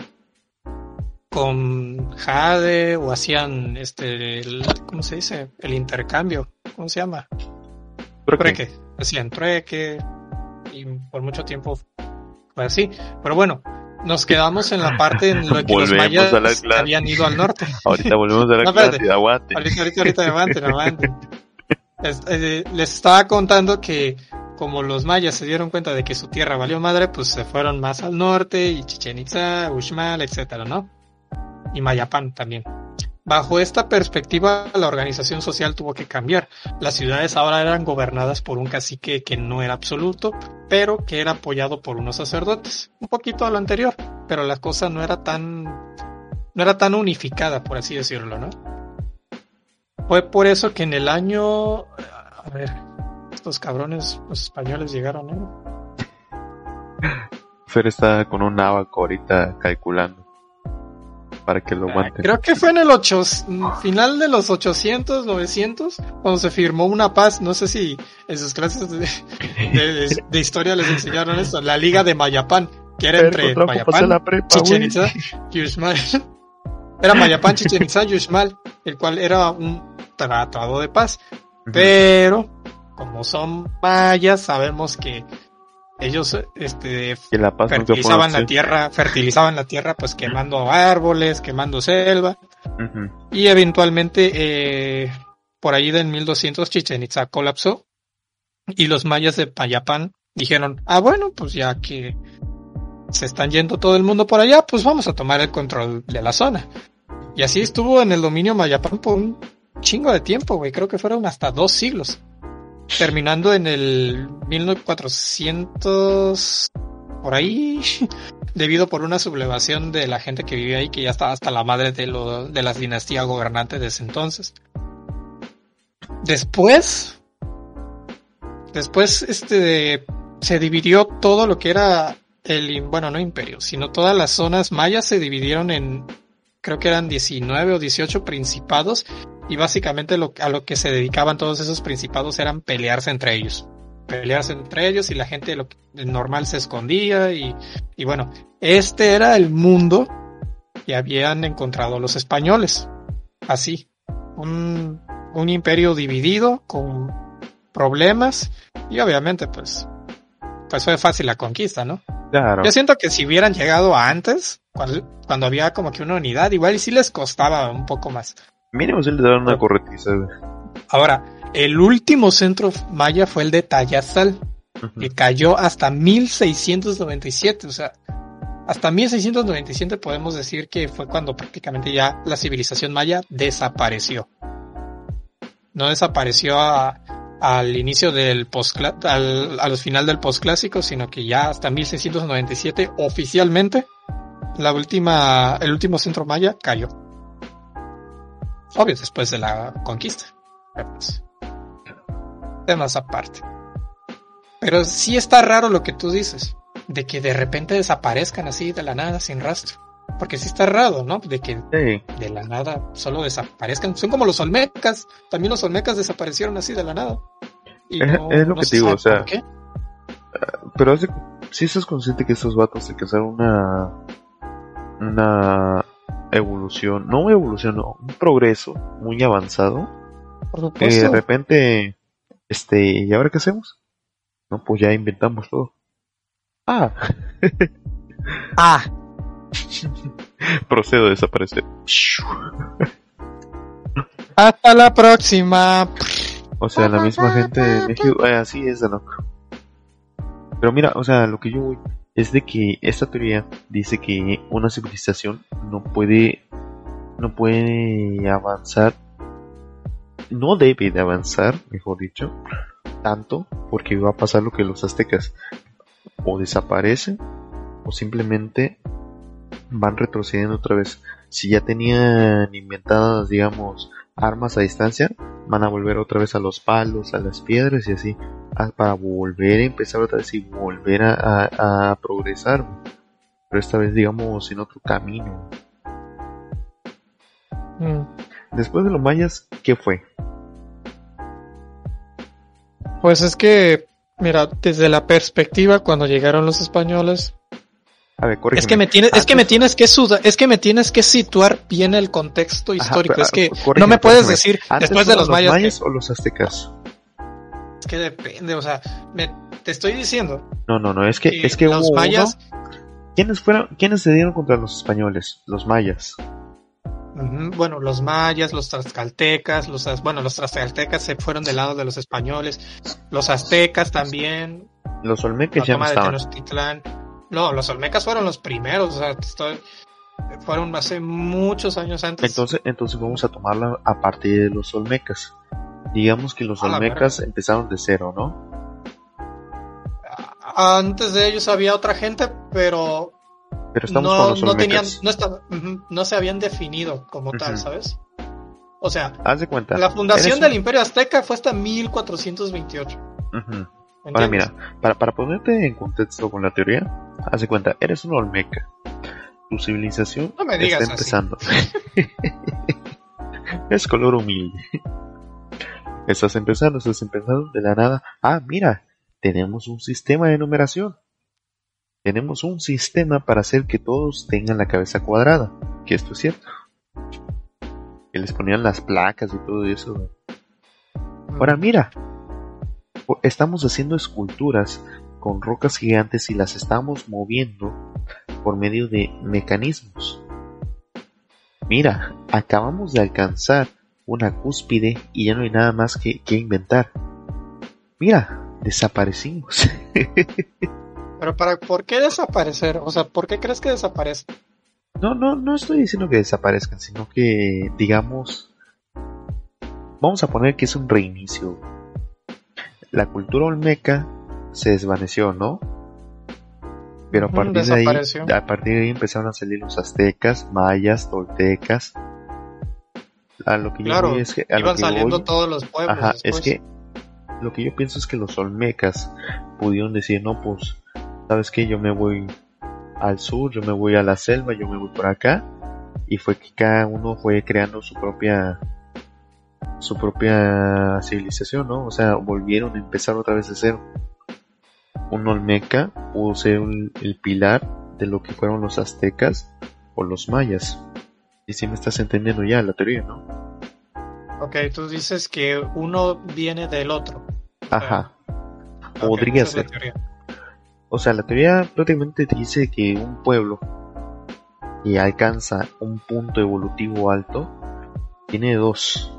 Con jade, o hacían este... El, ¿cómo se dice? El intercambio. ¿Cómo se llama? Trueque. Trueque. Hacían trueque. Y por mucho tiempo fue así. Pero bueno, nos quedamos en la parte en la que los mayas habían ido al norte. Ahorita volvemos a la no, Atlántida, aguante. Ahorita, ahorita, ahorita, aguanten, aguanten. Es, eh, les estaba contando que como los mayas se dieron cuenta de que su tierra valió madre, pues se fueron más al norte, y Chichén Itzá, Uxmal, etcétera, ¿no? Y Mayapán también. Bajo esta perspectiva, la organización social tuvo que cambiar. Las ciudades ahora eran gobernadas por un cacique que no era absoluto, pero que era apoyado por unos sacerdotes. Un poquito a lo anterior, pero la cosa no era tan, no era tan unificada, por así decirlo, ¿no? Fue por eso que en el año, a ver, estos cabrones, los españoles llegaron, ¿no? Fer está con un abaco ahorita calculando para que lo aguante. Creo que fue en el ocho, final de los ochocientos, novecientos, cuando se firmó una paz. No sé si en sus clases de, de, de historia les enseñaron esto. La Liga de Mayapán, que era entre Mayapán, Chichén Itzá y Uxmal. Era Mayapán, Chichén Itzá y Uxmal, el cual era un tratado de paz. Uh-huh. Pero, como son mayas, sabemos que ellos este la paz fertilizaban la tierra, fertilizaban la tierra pues quemando árboles, quemando selva. Uh-huh. Y eventualmente eh, por ahí del mil doscientos Chichén Itzá colapsó y los mayas de Mayapán dijeron, ah bueno, pues ya que se están yendo todo el mundo por allá, pues vamos a tomar el control de la zona. Y así estuvo en el dominio Mayapán por un chingo de tiempo, güey, creo que fueron hasta dos siglos. Terminando en el mil cuatrocientos por ahí, debido por una sublevación de la gente que vivía ahí, que ya estaba hasta la madre de, lo, de las dinastías gobernantes de ese entonces. Después, después este se dividió todo lo que era el, bueno, no imperio, sino todas las zonas mayas se dividieron en, creo que eran diecinueve o dieciocho principados. Y básicamente lo, a lo que se dedicaban todos esos principados eran pelearse entre ellos. Pelearse entre ellos y la gente lo normal se escondía y, y bueno, este era el mundo que habían encontrado los españoles. Así, un, un imperio dividido con problemas y obviamente pues, pues fue fácil la conquista, ¿no? Claro. Yo siento que si hubieran llegado antes, cuando, cuando había como que una unidad, igual y sí les costaba un poco más. Mínimo se le daban una corretiza. Ahora, el último centro maya fue el de Tayasal, uh-huh. que cayó hasta mil seiscientos noventa y siete. O sea, hasta mil seiscientos noventa y siete podemos decir que fue cuando prácticamente ya la civilización maya desapareció. No desapareció a, al inicio del post, al, al final del postclásico, sino que ya hasta mil seiscientos noventa y siete oficialmente la última, el último centro maya cayó. Obvio, después de la conquista. Pues, temas aparte. Pero sí está raro lo que tú dices, de que de repente desaparezcan así de la nada, sin rastro. Porque sí está raro, ¿no? De que sí. De la nada solo desaparezcan. Son como los olmecas. También los olmecas desaparecieron así de la nada. Y es, no, es lo no que te digo, o sea... ¿Qué? Uh, pero si sí estás consciente que estos vatos se casaron una... Una... evolución, no evolución, no, un progreso muy avanzado. Por supuesto. Eh, de repente, este, ¿y ahora qué hacemos? No, pues ya inventamos todo. Ah. ah. Procedo a desaparecer. Hasta la próxima. O sea, la misma gente de México, eh, así es, ¿no? Pero mira, o sea, lo que yo voy es de que esta teoría dice que una civilización no puede no puede avanzar, no debe de avanzar, mejor dicho, tanto, porque va a pasar lo que los aztecas o desaparecen o simplemente van retrocediendo otra vez. Si ya tenían inventadas, digamos, armas a distancia, van a volver otra vez a los palos, a las piedras y así, para volver a empezar otra vez y volver a, a, a progresar, pero esta vez digamos en otro camino. Mm. Después de los mayas, ¿qué fue? Pues es que, mira, desde la perspectiva cuando llegaron los españoles, a ver, corrígeme. Es que me tienes, es que me tienes que suda, es que me tienes que situar bien el contexto histórico. Ajá, pero, es que corrígeme, no me puedes corrígeme. decir después de los, los mayas, mayas que... o los aztecas. Es que depende, o sea, me, te estoy diciendo. No, no, no, es que, que es que los hubo mayas uno... ¿quiénes fueron, quiénes se dieron contra los españoles? Los mayas. Ujú. Bueno, los mayas, los tlaxcaltecas, los az- bueno, los tlaxcaltecas se fueron del lado de los españoles, los aztecas también, Los olmecas la ya no toma de estaban. Tenochtitlán. No, los olmecas fueron los primeros, o sea, estoy- fueron hace muchos años antes. Entonces, entonces vamos a tomarla a partir de los olmecas. Digamos que los A la olmecas empezaron de cero, ¿no? Antes de ellos había otra gente, pero Pero estamos con no, los no tenían, olmecas. no estaba, ujú, no se habían definido como tal, Ujú. ¿sabes? O sea, Haz de cuenta. la fundación eres del un- Imperio Azteca fue hasta mil cuatrocientos veintiocho. Ujú. Ahora ¿Entiendes? mira, para, para ponerte en contexto con la teoría, haz de cuenta, eres un olmeca. Tu civilización No me digas está así. empezando. Es color humilde. Estás empezando, estás empezando de la nada. Ah, mira, tenemos un sistema de numeración. Tenemos un sistema para hacer que todos tengan la cabeza cuadrada. Que esto es cierto. Que les ponían las placas y todo eso. ¿no? Ahora mira, o- estamos haciendo esculturas con rocas gigantes y las estamos moviendo por medio de mecanismos. Mira, acabamos de alcanzar una cúspide y ya no hay nada más que, que inventar. Mira, desaparecimos. Pero para, ¿por qué desaparecer? O sea, ¿por qué crees que desaparece? No, no, no estoy diciendo que desaparezcan, sino que, digamos, vamos a poner que es un reinicio. La cultura olmeca se desvaneció, ¿no? Pero a Ujú, partir de ahí, desapareció. a partir de ahí empezaron a salir los aztecas, mayas, toltecas. A lo que yo Claro, voy es que, a lo iban que saliendo voy- todos los pueblos ajá, después. es que lo que yo pienso es que los olmecas pudieron decir, no, pues, ¿sabes qué? Yo me voy al sur, yo me voy a la selva, yo me voy por acá. Y fue que cada uno fue creando su propia su propia civilización, ¿no? O sea, volvieron a empezar otra vez de cero. Un olmeca pudo ser un- el pilar de lo que fueron los aztecas o los mayas. Y si me estás entendiendo ya la teoría, ¿no? Ok, tú dices que uno viene del otro. Ajá. Ok, Podría esa es la ser. teoría. O sea, la teoría prácticamente te dice que un pueblo que alcanza un punto evolutivo alto tiene dos.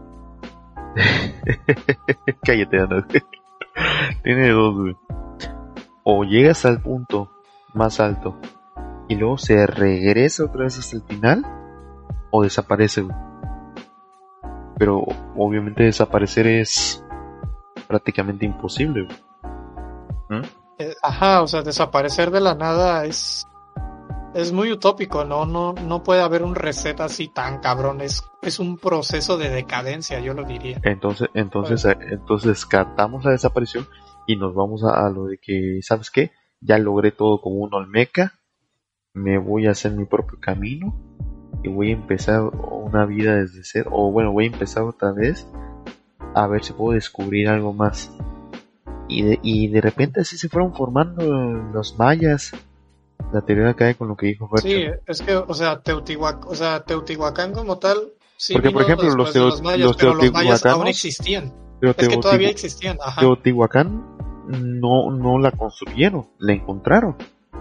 Cállate, Ana. Tiene dos, güey. O llegas al punto más alto y luego se regresa otra vez hasta el final, o desaparece, güey. Pero obviamente desaparecer es prácticamente imposible, güey. ¿Mm? Eh, Ajá, o sea, desaparecer de la nada es es muy utópico, no no no puede haber un reset así tan cabrón, es es un proceso de decadencia, yo lo diría. Entonces, entonces, eh, entonces descartamos la desaparición y nos vamos a, a lo de que, ¿sabes qué? Ya logré todo como un olmeca, me voy a hacer mi propio camino y voy a empezar una vida desde cero, o bueno, voy a empezar otra vez a ver si puedo descubrir algo más. Y de, y de repente así se fueron formando los mayas. La teoría cae con lo que dijo Fercho. Sí, es que, o sea, Teotihuacán, o sea, Teotihuacán como tal, sí Porque, por vino ejemplo, los después de teo- los mayas, los pero los mayas aún teotihuacanos- existían. Pero Es que todavía Teotihu- existían, ajá. Teotihuacán no, no la construyeron, la encontraron.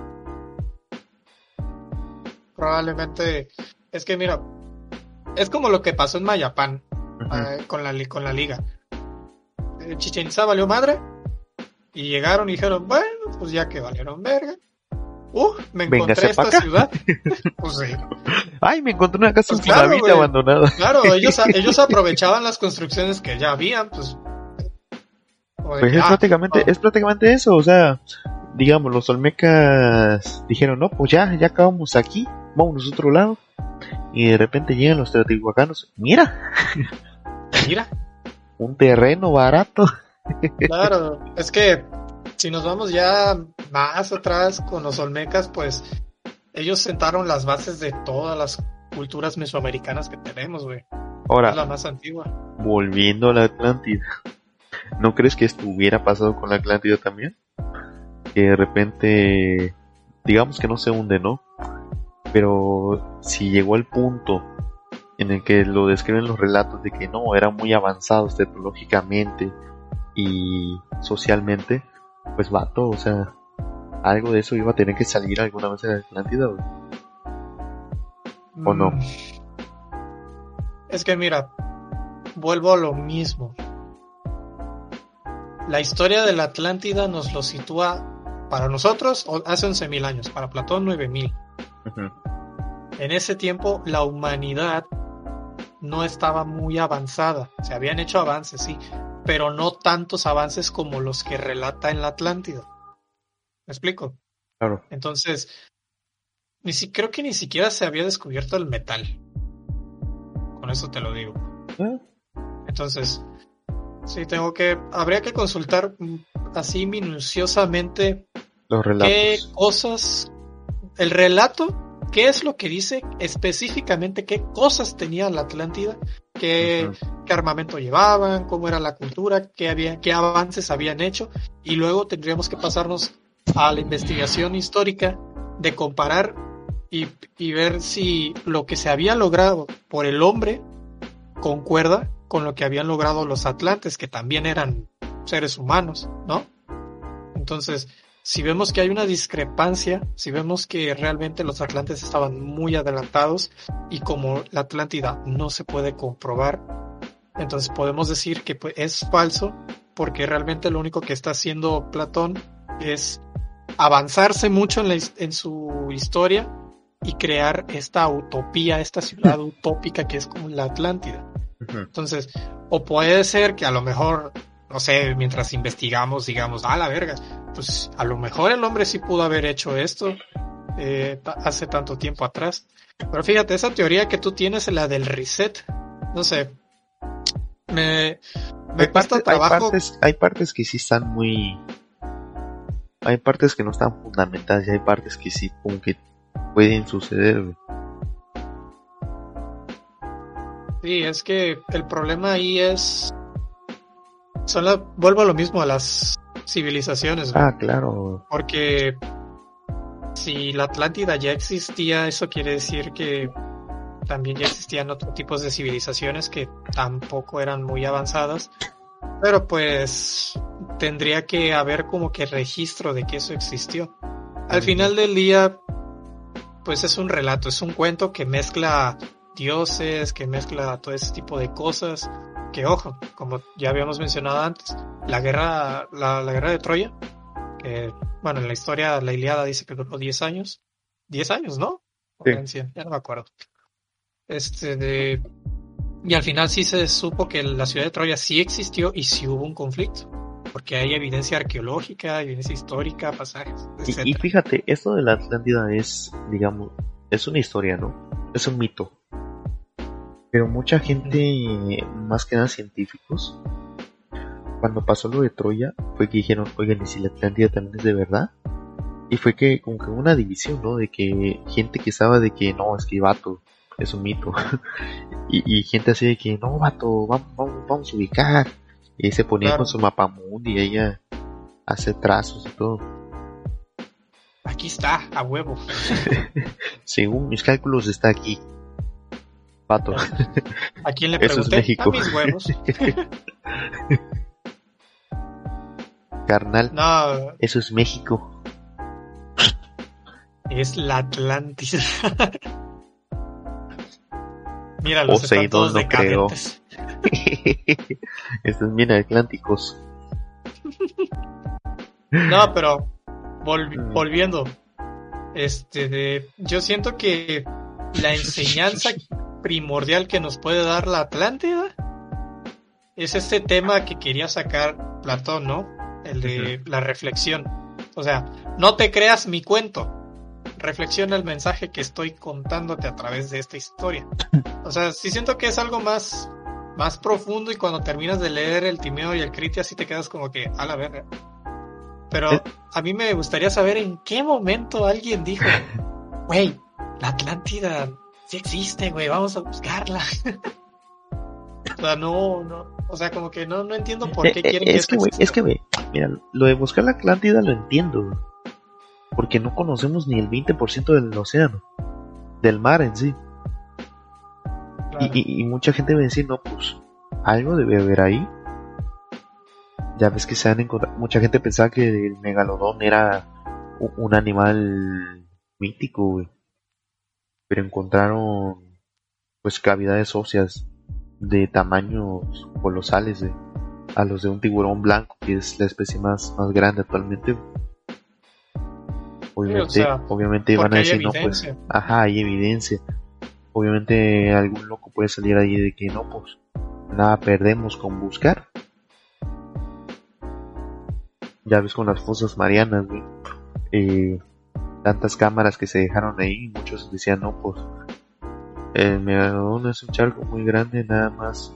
Probablemente, es que mira, es como lo que pasó en Mayapán, Ujú. eh, con la li- con la liga. Eh, Chichén Itzá valió madre y llegaron y dijeron, bueno, pues ya que valieron verga. Uh, me encontré Véngase esta pa' acá. ciudad. Pues sí. Ay, me encontré una casa Pues en claro, Infonavit güey. abandonada. Claro, ellos, ellos aprovechaban las construcciones que ya habían, pues. como de Pues que, es ah, prácticamente, ah, es prácticamente eso, o sea, digamos, los olmecas dijeron, no, pues ya, ya acabamos aquí, vámonos a otro lado. Y de repente llegan los teotihuacanos, mira, mira, un terreno barato. claro, es que si nos vamos ya más atrás con los olmecas, pues ellos sentaron las bases de todas las culturas mesoamericanas que tenemos, güey. Es Ahora, la más antigua. volviendo a la Atlántida, ¿no crees que esto hubiera pasado con la Atlántida también? Que de repente, digamos que no se hunde, ¿no? Pero si llegó al punto en el que lo describen los relatos de que no, eran muy avanzados tecnológicamente y socialmente, pues vato, o sea, algo de eso iba a tener que salir alguna vez en la Atlántida, güey. ¿O no? Mm, Es que mira, vuelvo a lo mismo. La historia de la Atlántida nos lo sitúa para nosotros o- hace once mil años, para Platón nueve mil. Ujú. En ese tiempo la humanidad no estaba muy avanzada. Se habían hecho avances, sí, pero no tantos avances como los que relata en la Atlántida. ¿Me explico? Claro. Entonces, ni si, creo que ni siquiera se había descubierto el metal. Con eso te lo digo. ¿Eh? Entonces, sí, tengo que, habría que consultar mm, así minuciosamente Los qué relatos. cosas, el relato, qué es lo que dice específicamente, qué cosas tenía la Atlántida, qué, Ujú. qué armamento llevaban, cómo era la cultura, qué había, qué avances habían hecho, y luego tendríamos que pasarnos a la investigación histórica de comparar y, y ver si lo que se había logrado por el hombre concuerda con lo que habían logrado los atlantes, que también eran seres humanos, ¿no? Entonces, si vemos que hay una discrepancia, si vemos que realmente los atlantes estaban muy adelantados y como la Atlántida no se puede comprobar, entonces podemos decir que pues, es falso, porque realmente lo único que está haciendo Platón es avanzarse mucho en, la, his- en su historia y crear esta utopía, esta ciudad utópica que es como la Atlántida. Ujú. Entonces, o puede ser que a lo mejor, no sé, mientras investigamos, digamos, ah, la verga, pues a lo mejor el hombre sí pudo haber hecho esto eh, ta- hace tanto tiempo atrás. Pero fíjate, esa teoría que tú tienes, la del reset, no sé, me, Hay me cuesta partes, hay trabajo. partes, hay partes que sí están muy, hay partes que no están fundamentadas y hay partes que sí como que pueden suceder, güey. Sí, es que el problema ahí es, son la, vuelvo a lo mismo, a las civilizaciones, güey. Ah, claro. Porque si la Atlántida ya existía, eso quiere decir que también ya existían otros tipos de civilizaciones que tampoco eran muy avanzadas, pero pues tendría que haber como que registro de que eso existió. Al Ujú. final del día, pues es un relato, es un cuento que mezcla dioses, que mezcla todo ese tipo de cosas, que ojo, como ya habíamos mencionado antes, la guerra, la, la guerra de Troya, que bueno, en la historia la Ilíada dice que duró diez años, diez años, ¿no? O Sí. eran cien, ya no me acuerdo. Este de Y al final sí se supo que la ciudad de Troya sí existió y sí hubo un conflicto, porque hay evidencia arqueológica, evidencia histórica, pasajes, Y, y etcétera. fíjate, esto de la Atlántida es, digamos, es una historia, ¿no? Es un mito. Pero mucha gente, más que nada científicos, cuando pasó lo de Troya, fue que dijeron, oigan, ¿y si la Atlántida también es de verdad? Y fue que como que hubo una división, ¿no? De que gente que estaba de que no, es que vato, es un mito. y, y gente así de que no, vato, vamos, vamos, vamos a ubicar. Y se ponía Claro, con su mapamundi y ella hace trazos y todo. aquí está, a huevo. Según mis cálculos está aquí, vato. ¿A quién le Eso es pregunté? México. A mis huevos. Carnal, No, eso es México. es la Atlántida. Míralos, están Poseidón todos no creó. decadentes. Estos bien atlánticos. No, pero volvi- Mm. volviendo, este, de, yo siento que la enseñanza primordial que nos puede dar la Atlántida es este tema que quería sacar Platón, ¿no? El de la reflexión. O sea, no te creas mi cuento. Reflexiona el mensaje que estoy contándote a través de esta historia. O sea, sí siento que es algo más, más profundo y cuando terminas de leer el Timeo y el Critias sí te quedas como que, a la verga. Pero Eh. a mí me gustaría saber en qué momento alguien dijo, güey, la Atlántida sí existe, güey, vamos a buscarla. O sea, no, no, o sea, como que no, no entiendo por Eh, qué eh, quieren que es esto que, güey, exista. es que, güey, mira, lo de buscar la Atlántida lo entiendo. Porque no conocemos ni el veinte por ciento del océano. Del mar en sí. Claro. Y, y, y mucha gente va a decir, no, pues, algo debe haber ahí. Ya ves que se han encontrado. Mucha gente pensaba que el megalodón era u- un animal mítico, güey. Pero encontraron pues cavidades óseas de tamaños colosales, güey, a los de un tiburón blanco, que es la especie más, más grande actualmente. Obviamente, o sea, obviamente van a porque hay decir, no, pues, evidencia. ajá, hay evidencia. Obviamente algún loco puede salir ahí de que no, pues, nada perdemos con buscar. Ya ves con las fosas marianas, güey. Eh, tantas cámaras que se dejaron ahí, muchos decían, no, pues, el Megalodón es un charco muy grande, nada más.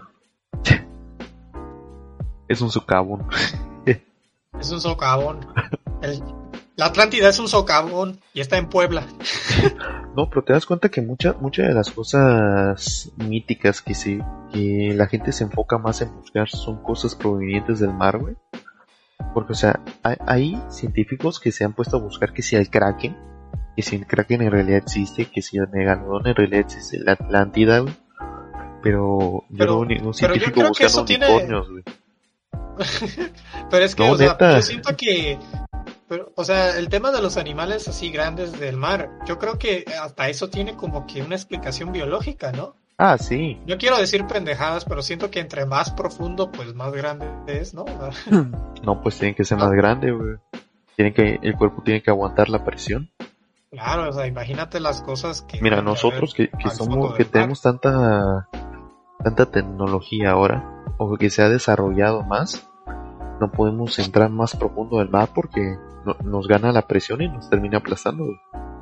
Es un socavón. Es un socavón. El- la Atlántida es un socavón y está en Puebla. No, pero te das cuenta que muchas muchas de las cosas míticas que se que la gente se enfoca más en buscar son cosas provenientes del mar, güey. Porque, o sea, hay, hay científicos que se han puesto a buscar que si el Kraken, que si el Kraken en realidad existe, que si el Megalodón en realidad existe, la Atlántida, güey. Pero yo Pero- no vi ningún pero yo científico creo que buscando eso tiene- unicornios, güey. Pero es que, No, o sea, neta. yo siento que, pero, o sea, el tema de los animales así grandes del mar, yo creo que hasta eso tiene como que una explicación biológica, ¿no? Ah, sí. No quiero decir pendejadas, pero siento que entre más profundo, pues más grande es, ¿no? No, pues tienen que ser más grande, güey. Tienen que, el cuerpo tiene que aguantar la presión. Claro, o sea, imagínate las cosas que... Mira, deben de nosotros haber que, que al somos, fondo que del mar. tenemos tanta, tanta tecnología ahora, o que se ha desarrollado más, no podemos entrar más profundo del mar porque no- nos gana la presión y nos termina aplastando, güey.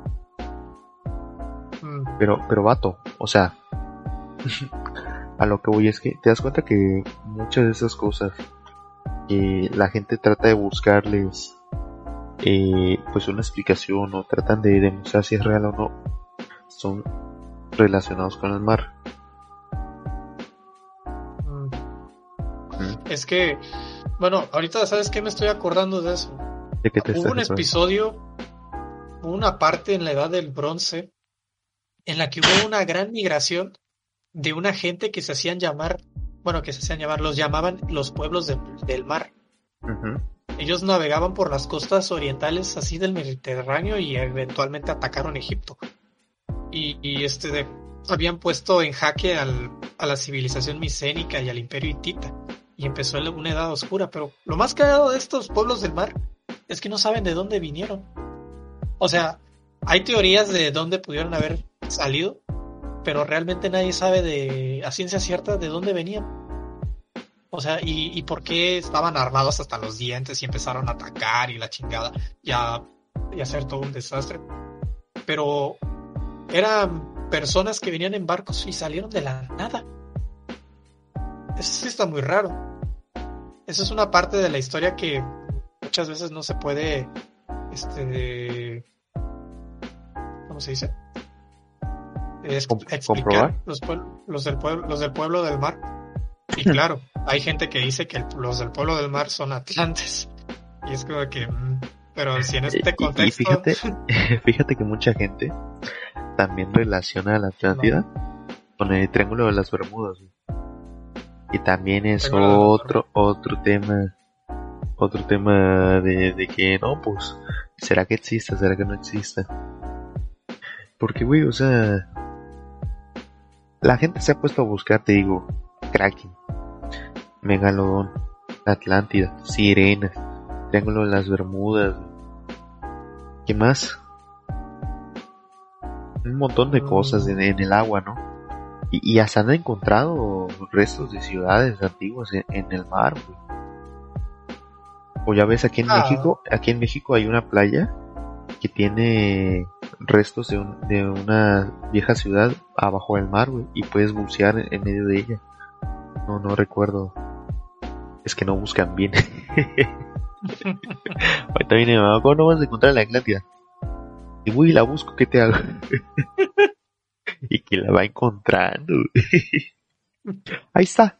Mm, Pero, pero vato, o sea, a lo que voy es que te das cuenta que muchas de esas cosas que la gente trata de buscarles eh, pues una explicación o tratan de demostrar si es real o no, son relacionados con el mar. mm. ¿Mm? Es que, bueno, ahorita, ¿sabes qué? Me estoy acordando de eso. ¿De qué te Hubo estás un acordando? episodio, hubo una parte en la Edad del Bronce en la que hubo una gran migración de una gente que se hacían llamar, bueno, que se hacían llamar, los llamaban los pueblos de- del mar. Ujú. Ellos navegaban por las costas orientales así del Mediterráneo y eventualmente atacaron Egipto. Y, y este de- habían puesto en jaque al, a la civilización micénica y al imperio hitita. Y empezó el- una edad oscura. Pero lo más cagado de estos pueblos del mar es que no saben de dónde vinieron. O sea, hay teorías de dónde pudieron haber salido, pero realmente nadie sabe de a ciencia cierta de dónde venían. O sea, y, y por qué estaban armados hasta los dientes y empezaron a atacar y la chingada y a, y a hacer todo un desastre. Pero eran personas que venían en barcos y salieron de la nada. Eso sí está muy raro. Esa es una parte de la historia que muchas veces no se puede, este, ¿cómo se dice? Es, Com- explicar ¿comprobar? los, puebl- los, del pueblo, los del pueblo del mar. Y claro, hay gente que dice que el- los del pueblo del mar son atlantes. Y es como que, mm, pero si en Y- este y- contexto... Y fíjate, fíjate que mucha gente también relaciona a la Atlántida con el Triángulo de las Bermudas, güey. Y también es Triángulo de las otro, otro tema, otro tema de, de que no, pues, ¿será que existe? ¿Será que no existe? Porque, güey, o sea, la gente se ha puesto a buscar, te digo, Kraken, Megalodón, Atlántida, Sirenas, Triángulo de las Bermudas, ¿qué más? Un montón de cosas en, en el agua, ¿no? Y, y hasta han encontrado restos de ciudades antiguas en, en el mar, güey. O ya ves, aquí en Ah. México, aquí en México hay una playa que tiene restos de, un- de una vieja ciudad abajo del mar, güey, y puedes bucear en, en medio de ella. No, no recuerdo. Es que no buscan bien. Ahorita viene mi mamá, ¿cómo no vas a encontrar la Atlántida? Y güey, la busco, ¿qué te hago? Y que la va encontrando. Ahí está.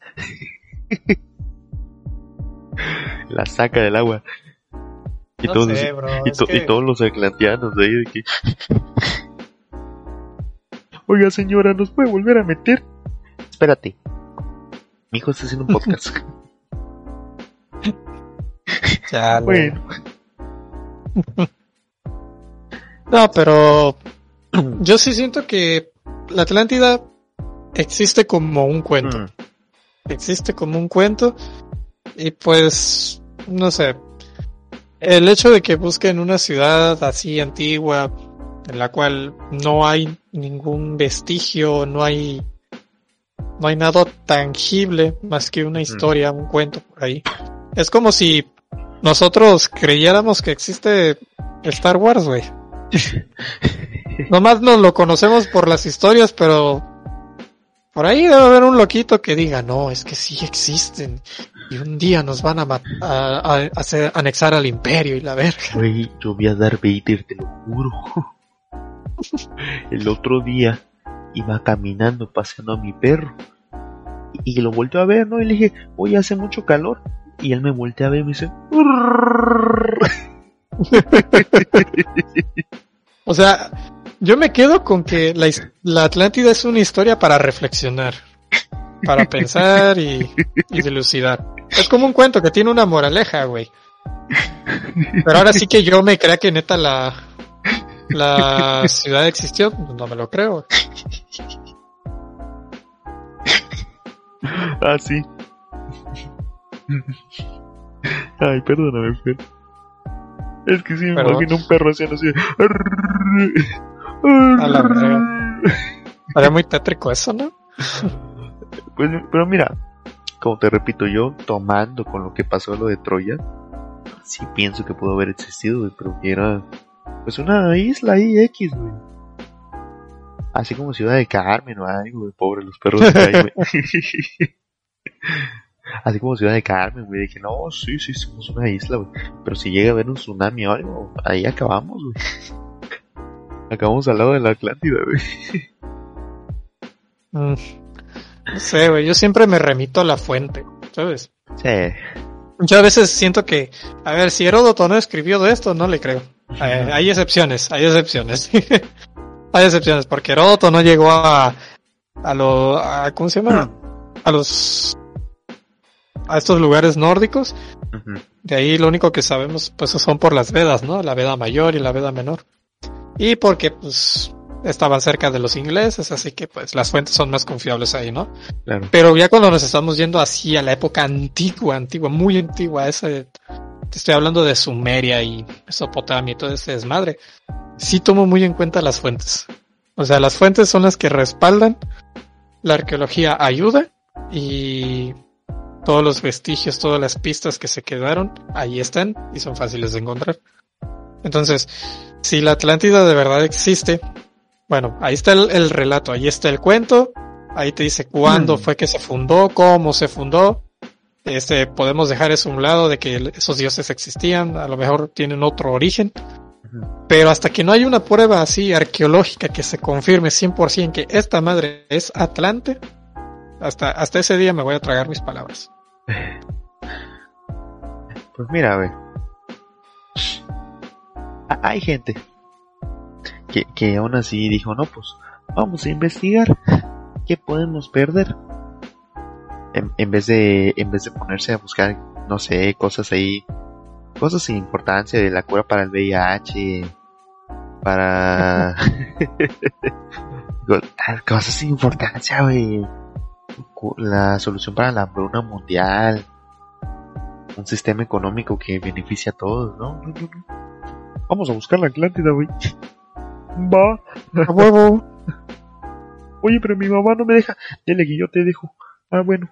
La saca del agua. Y, No todos, sé, bro, y, es to- que- y todos los atlanteanos de ahí de que... Oiga señora, ¿nos puede volver a meter? Espérate. Mi hijo está haciendo un podcast. Chale. Bueno. No, pero yo sí siento que la Atlántida existe como un cuento. Mm. Existe como un cuento y pues, no sé, el hecho de que busquen una ciudad así antigua en la cual no hay ningún vestigio, no hay no hay nada tangible más que una historia, un cuento por ahí. Es como si nosotros creyéramos que existe Star Wars, güey. Nomás nos lo conocemos por las historias, pero por ahí debe haber un loquito que diga, no, es que sí existen y un día nos van a, mat- a, a, a hacer, anexar al imperio y la verga. Güey, yo vi a Darth Vader, te lo juro. El otro día iba caminando, paseando a mi perro. Y, y lo volteó a ver, ¿no? Y le dije, oye, hace mucho calor. Y él me voltea a ver y me dice... O sea, yo me quedo con que la, his- la Atlántida es una historia para reflexionar, para pensar y, y dilucidar. Es como un cuento que tiene una moraleja, güey. Pero ahora sí que yo me crea que neta la, la ciudad existió, no me lo creo. Ah, sí. Ay, perdóname, Fer. Es que sí, me Perdón. imagino un perro haciendo así. A la verga. Era muy tétrico eso, ¿no? Pues, pero mira, como te repito, yo tomando con lo que pasó lo de Troya, sí pienso que pudo haber existido, güey, pero que era pues una isla ahí X, güey. Así como Ciudad de Carmen o algo, güey, pobre los perros de ahí, güey. Así como Ciudad de Carmen, güey, dije, no, sí, sí, somos una isla, güey. Pero si llega a haber un tsunami o algo, ahí acabamos, güey. Acabamos al lado de la Atlántida, güey. Mm, no sé, güey, yo siempre me remito a la fuente, ¿sabes? Sí. Yo a veces siento que, a ver, si Heródoto no escribió de esto, no le creo. Eh, hay excepciones, hay excepciones. Hay excepciones, porque Heródoto no llegó a, a lo, a, ¿cómo se llama? A los, a estos lugares nórdicos. Uh-huh. De ahí lo único que sabemos, pues, son por las Vedas, ¿no? La Veda mayor y la Veda menor. Y porque, pues, estaban cerca de los ingleses, así que, pues, las fuentes son más confiables ahí, ¿no? Claro. Pero ya cuando nos estamos yendo así a la época antigua, antigua, muy antigua, ese, te estoy hablando de Sumeria y Mesopotamia y todo ese desmadre, sí tomo muy en cuenta las fuentes. O sea, las fuentes son las que respaldan, la arqueología ayuda y todos los vestigios, todas las pistas que se quedaron, ahí están y son fáciles de encontrar. Entonces, si la Atlántida de verdad existe, bueno, ahí está el, el relato, ahí está el cuento, ahí te dice cuándo Hmm. fue que se fundó, cómo se fundó. Este, podemos dejar eso a un lado de que esos dioses existían, a lo mejor tienen otro origen. Uh-huh. Pero hasta que no hay una prueba así arqueológica que se confirme cien por ciento que esta madre es Atlante, hasta, hasta ese día me voy a tragar mis palabras. Pues mira, a ver. Ha- Hay gente que, que aún así dijo, no, pues vamos a investigar. ¿Qué podemos perder? En, en vez de en vez de ponerse a buscar, no sé, cosas ahí, cosas sin importancia, de la cura para el V I H, para cosas sin importancia, güey. La solución para la hambruna mundial, un sistema económico que beneficia a todos, ¿no? No, no, no. Vamos a buscar la Atlántida, güey. Va. A huevo. Oye, pero mi mamá no me deja. Dile que yo te dejo. Ah, bueno.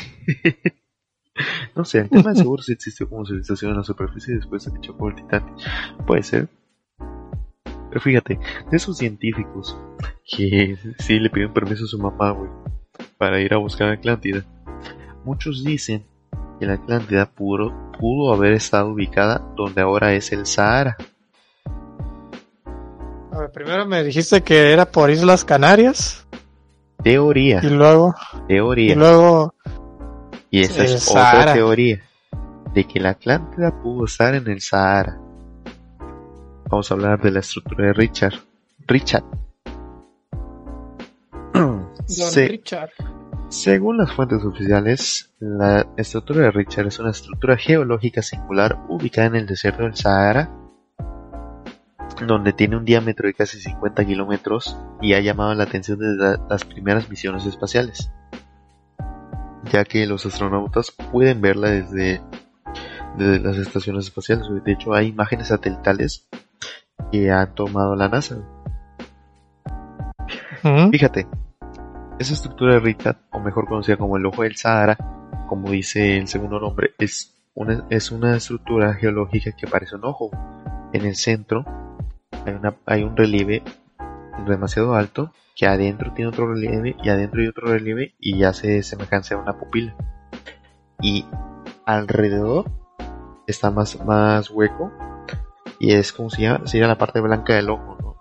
No sé, el tema de seguro si existió como civilización en la superficie después de que chocó el Titanic. Puede ser. Pero fíjate, de esos científicos que sí le piden permiso a su mamá, güey, para ir a buscar a Atlántida, muchos dicen que la Atlántida pudo, pudo haber estado ubicada donde ahora es el Sahara. A ver, primero me dijiste que era por Islas Canarias Teoría, y luego, teoría. y luego, Y esa el es otra Sahara. teoría, de que la Atlántida pudo estar en el Sahara. Vamos a hablar de la estructura de Richard. Richard. Don Se- Richard. según las fuentes oficiales, la estructura de Richard es una estructura geológica singular ubicada en el desierto del Sahara, donde tiene un diámetro de casi cincuenta kilómetros y ha llamado la atención desde las primeras misiones espaciales, ya que los astronautas pueden verla desde, desde las estaciones espaciales. De hecho, hay imágenes satelitales que ha tomado la NASA. Uh-huh. Fíjate, esa estructura de Richat, o mejor conocida como el Ojo del Sahara, como dice el segundo nombre, es una, es una estructura geológica que parece un ojo. En el centro hay, una, hay un relieve demasiado alto, que adentro tiene otro relieve, y adentro hay otro relieve, y hace semejanza a una pupila. Y alrededor está más, más hueco, y es como si sería la parte blanca del ojo, ¿no?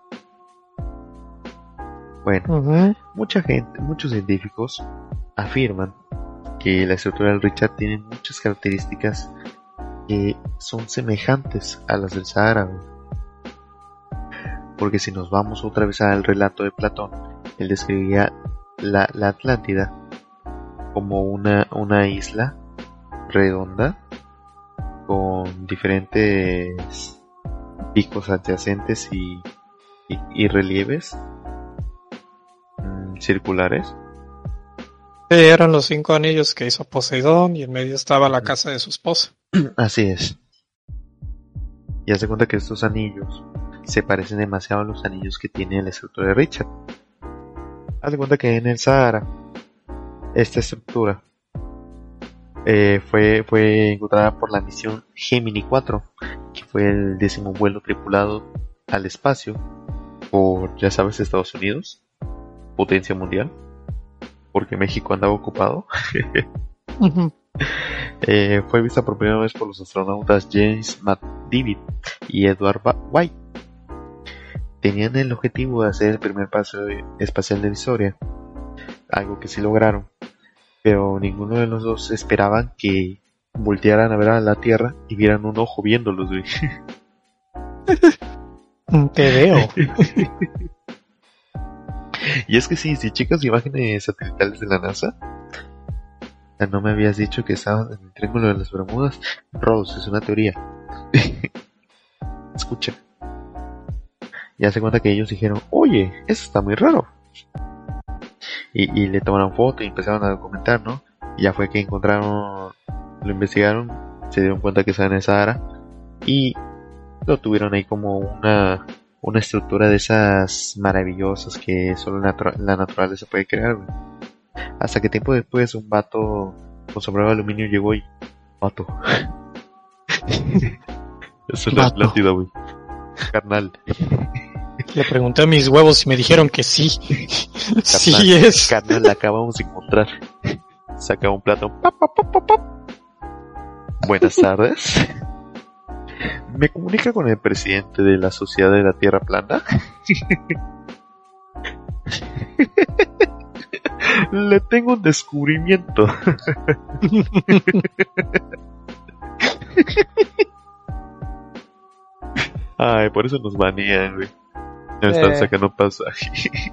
Bueno, uh-huh. mucha gente, muchos científicos afirman que la estructura del Richat tiene muchas características que son semejantes a las del Sahara. Porque si nos vamos otra vez al relato de Platón, él describía la, la Atlántida como una, una isla redonda con diferentes picos adyacentes y, y, y relieves mmm, circulares. Sí, eran los cinco anillos que hizo Poseidón y en medio estaba la casa de su esposa. Así es. Y haz de cuenta que estos anillos se parecen demasiado a los anillos que tiene la estructura de Richat. Haz de cuenta que en el Sahara esta estructura eh, fue, fue encontrada por la misión Gemini cuatro, que fue el décimo vuelo tripulado al espacio por, ya sabes, Estados Unidos, potencia mundial, porque México andaba ocupado. uh-huh. eh, fue vista por primera vez por los astronautas James McDivitt y Edward White. Tenían el objetivo de hacer el primer paseo espacial de la historia, algo que sí lograron, pero ninguno de los dos esperaban que voltearan a ver a la Tierra y vieran un ojo viéndolos, güey. Te veo. Y es que sí, si checas imágenes satelitales de la NASA, no me habías dicho que estaban en el Triángulo de las Bermudas. Rose, es una teoría. Escucha. Y hace cuenta que ellos dijeron, oye, eso está muy raro. Y, y le tomaron foto y empezaron a documentar, ¿no? Y ya fue que encontraron, lo investigaron, se dieron cuenta que estaba en el Sahara y lo tuvieron ahí como una, una estructura de esas maravillosas que solo la, natura- la naturaleza puede crear, güey. Hasta que tiempo después un vato con sombrero de aluminio llegó y... Vato. Eso es la Atlántida, güey. Carnal. Le pregunté a mis huevos y me dijeron que sí. Carnal, sí es. Carnal, la acabamos de encontrar. Saca un plato. Pop, pop, pop, pop, pop. Buenas tardes. ¿Me comunica con el presidente de la Sociedad de la Tierra Plana? Le tengo un descubrimiento. Ay, por eso nos banean, güey. Nos están eh. sacando pasaje.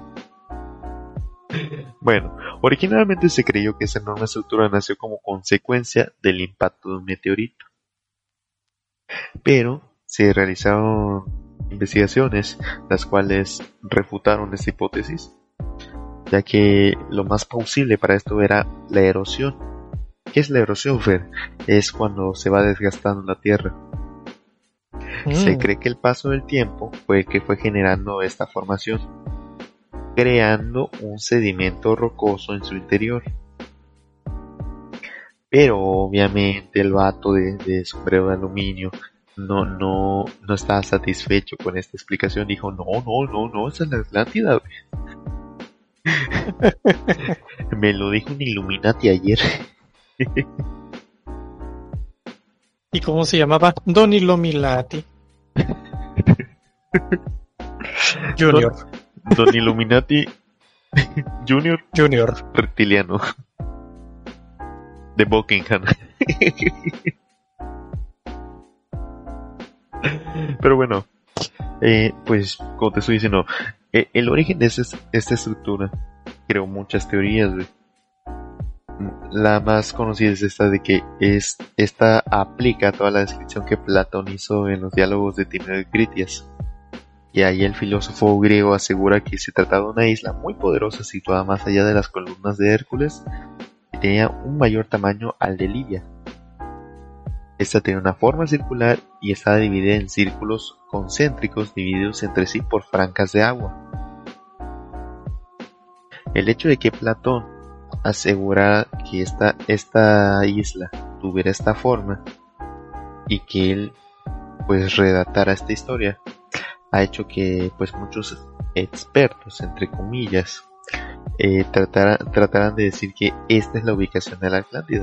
Bueno, originalmente se creyó que esa enorme estructura nació como consecuencia del impacto de un meteorito. Pero se realizaron investigaciones las cuales refutaron esta hipótesis, ya que lo más plausible para esto era la erosión. ¿Qué es la erosión, Fer? Es cuando se va desgastando la tierra. Mm. Se cree que el paso del tiempo fue que fue generando esta formación, creando un sedimento rocoso en su interior. Pero obviamente el vato de, de sombrero de aluminio no, no, no estaba satisfecho con esta explicación. Dijo, no, no, no, no, esa es la Atlántida, güey. Me lo dijo un Illuminati ayer. ¿Y cómo se llamaba? Don Illuminati Junior. Don, Don Illuminati Junior. Junior. Reptiliano. De Buckingham. Pero bueno, eh, pues como te estoy diciendo, eh, el origen de esta, esta estructura creó muchas teorías, güey. La más conocida es esta de que es, esta aplica toda la descripción que Platón hizo en los diálogos de Timeo y Critias. Y ahí el filósofo griego asegura que se trataba de una isla muy poderosa situada más allá de las columnas de Hércules y tenía un mayor tamaño al de Libia. Esta tenía una forma circular y estaba dividida en círculos concéntricos divididos entre sí por francas de agua. El hecho de que Platón asegurara que esta, esta isla tuviera esta forma y que él pues redactara esta historia ha hecho que pues muchos expertos, entre comillas, eh, trataran, trataran de decir que esta es la ubicación de la Atlántida.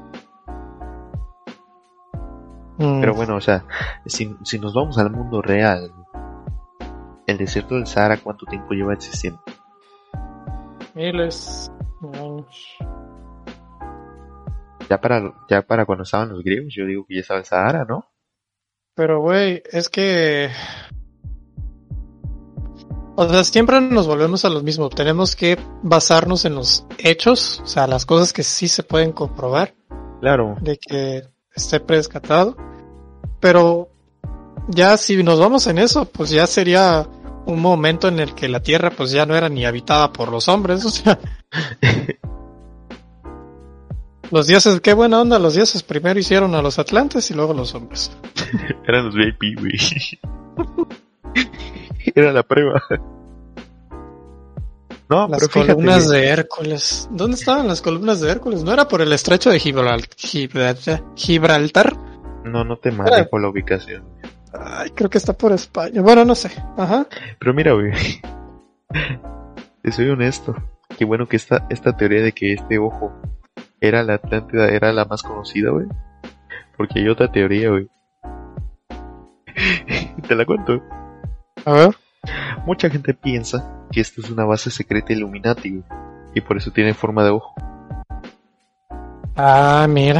Mm. Pero bueno, o sea, si, si nos vamos al mundo real, el desierto del Sahara, ¿cuánto tiempo lleva existiendo? Miles de años. Ya para, ya para cuando estaban los griegos, yo digo que ya estaba el Sahara, ¿no? Pero güey, es que... O sea, siempre nos volvemos a lo mismo. Tenemos que basarnos en los hechos, o sea, las cosas que sí se pueden comprobar. Claro. De que esté prescatado. Pero ya si nos vamos en eso, pues ya sería un momento en el que la Tierra pues ya no era ni habitada por los hombres, o sea... Los dioses, qué buena onda, los dioses primero hicieron a los atlantes y luego los hombres. Eran los V I P, güey. Era la prueba. No, las pero columnas fíjate, de Hércules. ¿Dónde estaban las columnas de Hércules? ¿No era por el estrecho de Gibral- Gibral- Gibraltar? No, no te manejo la ubicación. Ay, creo que está por España. Bueno, no sé. Ajá. Pero mira, güey. Te soy honesto. Qué bueno que esta, esta teoría de que este ojo era la Atlántida era la más conocida, güey. Porque hay otra teoría, güey. Te la cuento. A ver. Mucha gente piensa que esto es una base secreta Illuminati, güey, y por eso tiene forma de ojo. Ah, mira.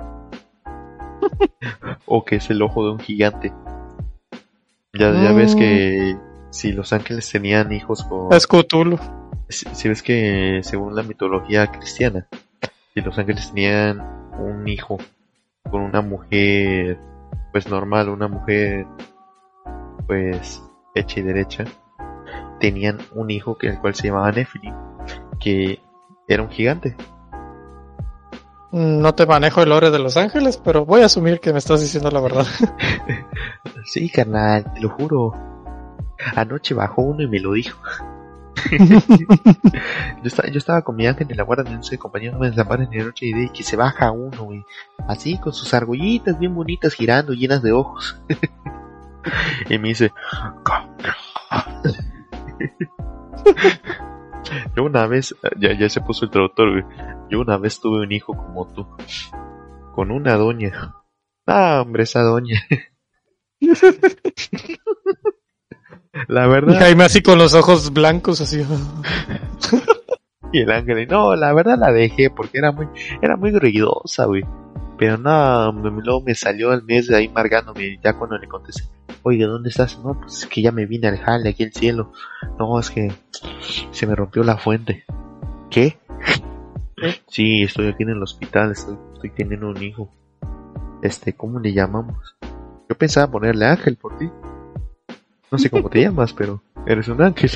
O que es el ojo de un gigante. Ya, mm. ya ves que si los ángeles tenían hijos con... Es Cthulhu. Si, si ves que según la mitología cristiana, si los ángeles tenían un hijo con una mujer pues normal, una mujer pues hecha y derecha, tenían un hijo que el cual se llamaba Nephilim, que era un gigante. No te manejo el lore de los ángeles, pero voy a asumir que me estás diciendo la verdad. Sí, carnal, te lo juro. Anoche bajó uno y me lo dijo. yo, estaba, yo estaba con mi ángel en la guarda de un compañero me desamparan en la noche y de que se baja uno, güey, así con sus argollitas bien bonitas girando, llenas de ojos. Y me dice, yo una vez, ya, ya se puso el traductor, güey. Yo una vez tuve un hijo como tú, con una doña. Ah, hombre, esa doña. La verdad. Y Jaime así con los ojos blancos, así. Y el ángel, no, la verdad la dejé porque era muy, era muy ruidosa, güey. Pero no, me, luego me salió al mes de ahí margándome. Ya cuando le contesté, oye, ¿dónde estás? No, pues es que ya me vine al jale aquí al cielo. No, es que se me rompió la fuente. ¿Qué? ¿Eh? Sí, estoy aquí en el hospital, estoy, estoy teniendo un hijo. Este, ¿cómo le llamamos? Yo pensaba ponerle Ángel por ti. No sé cómo te llamas, pero eres un ángel.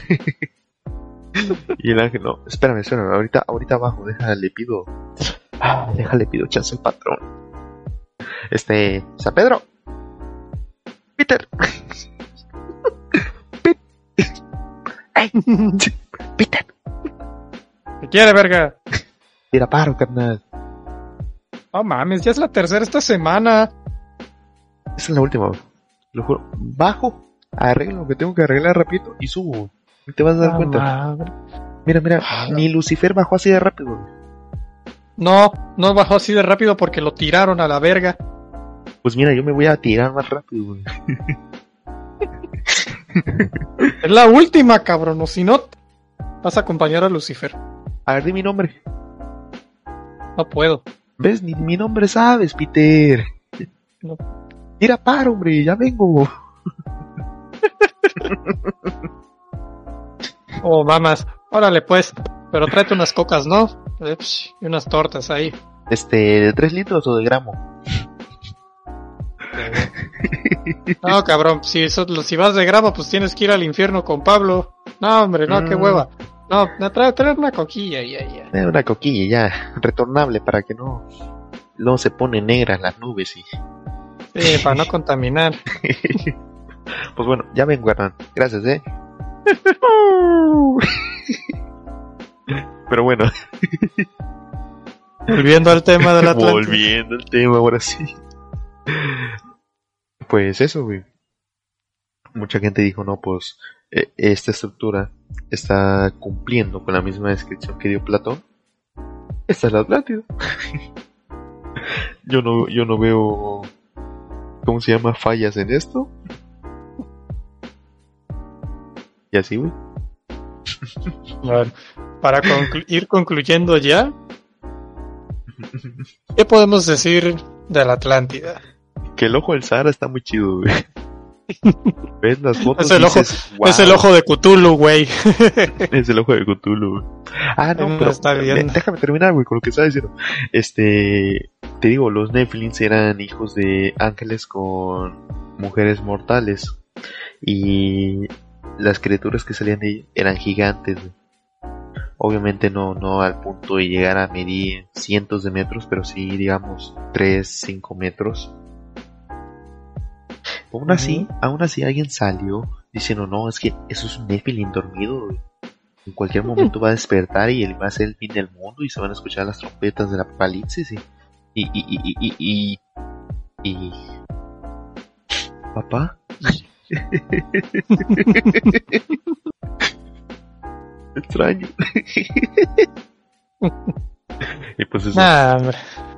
Y el ángel, no, espérame, espérame, ahorita, ahorita abajo, déjale pido, ah, déjale pido chance al patrón. Este, San Pedro, Peter, Pete, hey, Peter, ¿qué quiere, verga? Tira paro, carnal. No mames, ya es la tercera esta semana. Esa es la última, lo juro. Bajo, arreglo lo que tengo que arreglar rápido y subo. Te vas a dar ah, cuenta. Madre. Mira, mira, ah, ni Lucifer bajó así de rápido. No, no bajó así de rápido porque lo tiraron a la verga. Pues mira, yo me voy a tirar más rápido, güey. Es la última, cabrón, o si no, vas a acompañar a Lucifer. A ver, di mi nombre. No puedo. ¿Ves? Ni mi nombre sabes, Peter. No. Tira paro, hombre, ya vengo. Oh, mamas, órale pues, pero tráete unas cocas, ¿no? Y unas tortas ahí. Este, ¿de tres litros o de gramo? De, No, cabrón, si eso, si vas de grava, pues tienes que ir al infierno con Pablo. No, hombre, no, mm. qué hueva. No, trae, trae una coquilla y ya, ya. Eh, una coquilla ya, retornable para que no, no se ponen negras las nubes y... Sí, para no contaminar. Pues bueno, ya vengo, Hernán. Gracias, eh. Pero bueno. Volviendo al tema de la Atlántida. Volviendo al tema, ahora sí. Pues eso, güey. Mucha gente dijo, no, pues eh, esta estructura está cumpliendo con la misma descripción que dio Platón. Esta es la Atlántida. Yo no, yo no veo, ¿cómo se llama? Fallas en esto. Y así, güey. Bueno, para conclu- ir concluyendo ya, ¿qué podemos decir de la Atlántida? Que el ojo del Sahara está muy chido, güey. ¿Ves las fotos? Es el, ojo, dices, wow. Es el ojo de Cthulhu, güey. Es el ojo de Cthulhu, güey. Ah, no, no pero está bien. Déjame terminar, güey, con lo que estaba diciendo. Este, te digo, los Nephilims eran hijos de ángeles con mujeres mortales. Y las criaturas que salían de ellos eran gigantes, güey. Obviamente no, no al punto de llegar a medir cientos de metros, pero sí, digamos, tres, cinco metros. Aún así, uh-huh. aún así alguien salió diciendo, no, es que eso es un Nephilim dormido, güey. En cualquier momento va a despertar y él va a ser el fin del mundo y se van a escuchar las trompetas del apocalipsis y... Y... Y... Y... Y... y, y, y... ¿Papá? Extraño. Y pues eso... Nah, hombre.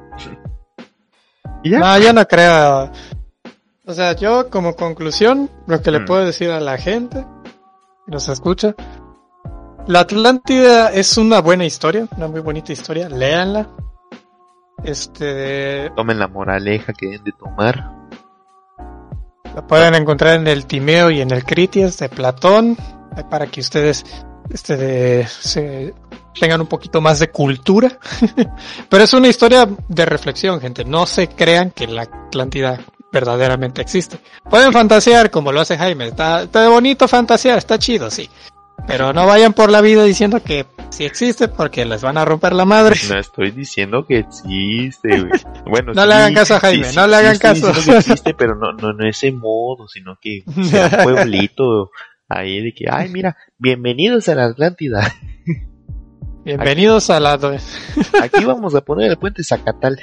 ¿Ya? No, yo no creo... O sea, yo como conclusión, lo que le mm. puedo decir a la gente que nos escucha, la Atlántida es una buena historia, una muy bonita historia, léanla. Este... Tomen la moraleja que deben de tomar. La pueden encontrar en el Timeo y en el Critias de Platón, para que ustedes este de, se, tengan un poquito más de cultura. Pero es una historia de reflexión, gente. No se crean que la Atlántida verdaderamente existe. Pueden fantasear como lo hace Jaime. Está, está bonito fantasear, está chido, sí. Pero no vayan por la vida diciendo que sí existe porque les van a romper la madre. No estoy diciendo que existe, güey. Bueno, no sí, le hagan caso a Jaime, sí, no sí, le hagan sí, caso. Estoy diciendo que existe, pero no, no, no ese modo, sino que sea un pueblito ahí de que, ay, mira, bienvenidos a la Atlántida. Bienvenidos aquí, a la... Aquí vamos a poner el puente Zacatal.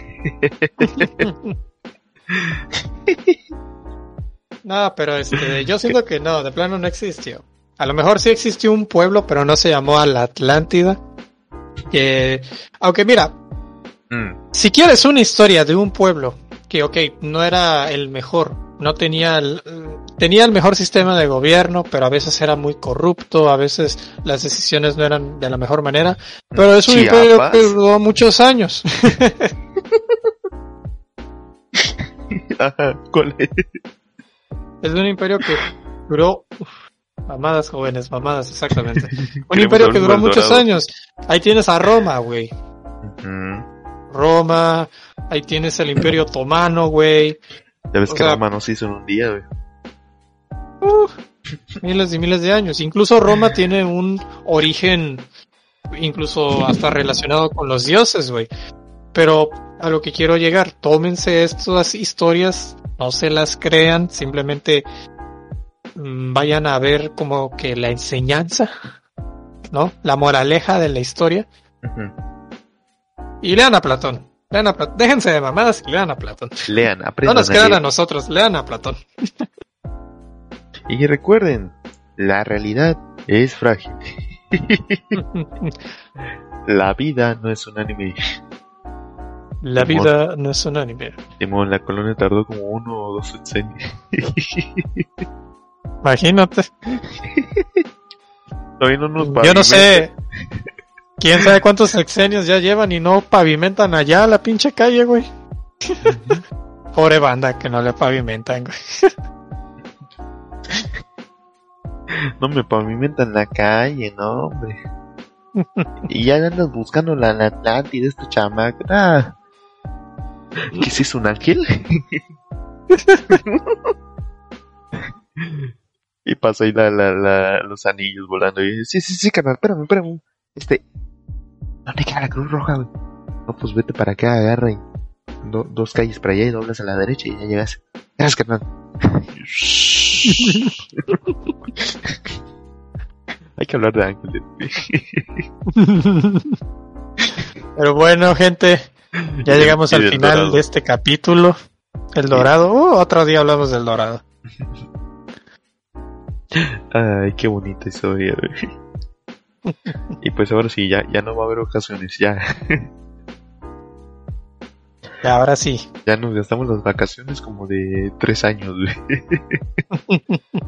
No, pero este, yo siento que no, de plano no existió. A lo mejor sí existió un pueblo, pero no se llamó a la Atlántida. Que, aunque mira, mm. si quieres una historia de un pueblo que, ok, no era el mejor, no tenía el, tenía el mejor sistema de gobierno, pero a veces era muy corrupto, a veces las decisiones no eran de la mejor manera, pero es un Chiapas. imperio que duró muchos años. Ajá, ¿cuál es? Es un imperio que duró... Uf, mamadas jóvenes, mamadas, exactamente. Un imperio que duró muchos años. Ahí tienes a Roma, güey. Uh-huh. Roma, ahí tienes el Imperio Otomano, güey. Ya ves o que sea, Roma no se hizo en un día, güey. Uh, miles y miles de años. Incluso Roma tiene un origen, incluso hasta relacionado con los dioses, güey. Pero a lo que quiero llegar, tómense estas historias, no se las crean, simplemente vayan a ver como que la enseñanza, ¿no? La moraleja de la historia. Uh-huh. Y lean a Platón. Lean a Platón. Déjense de mamadas y lean a Platón. Lean, aprendan. No nos quedan a nosotros, lean a Platón. Y recuerden, la realidad es frágil. La vida no es un anime. La Timón, vida no es un anime. Timón, la colonia tardó como uno o dos sexenios. Imagínate. No nos Yo no sé. ¿Quién sabe cuántos sexenios ya llevan y no pavimentan allá la pinche calle, güey? Uh-huh. Pobre banda que no le pavimentan, güey. No me pavimentan la calle, no, hombre. Y ya andas buscando la, la Atlántida, esta chamaca. Ah. ¿Qué es eso, un ángel? Y pasa ahí la, la, la, los anillos volando. Y dice, sí, sí, sí, carnal, espérame, espérame. Este, ¿dónde queda la Cruz Roja, güey? No, pues vete para acá, agarra y do, dos calles para allá y doblas a la derecha y ya llegas. Gracias, carnal. Hay que hablar de ángeles. Pero bueno, gente, ya llegamos al final dorado. de este capítulo. El Dorado. Uh, otro día hablamos del Dorado. Ay, qué bonita historia, güey. Y pues ahora sí, ya, ya no va a haber ocasiones, ya. Y ahora sí. Ya nos gastamos las vacaciones como de tres años, güey.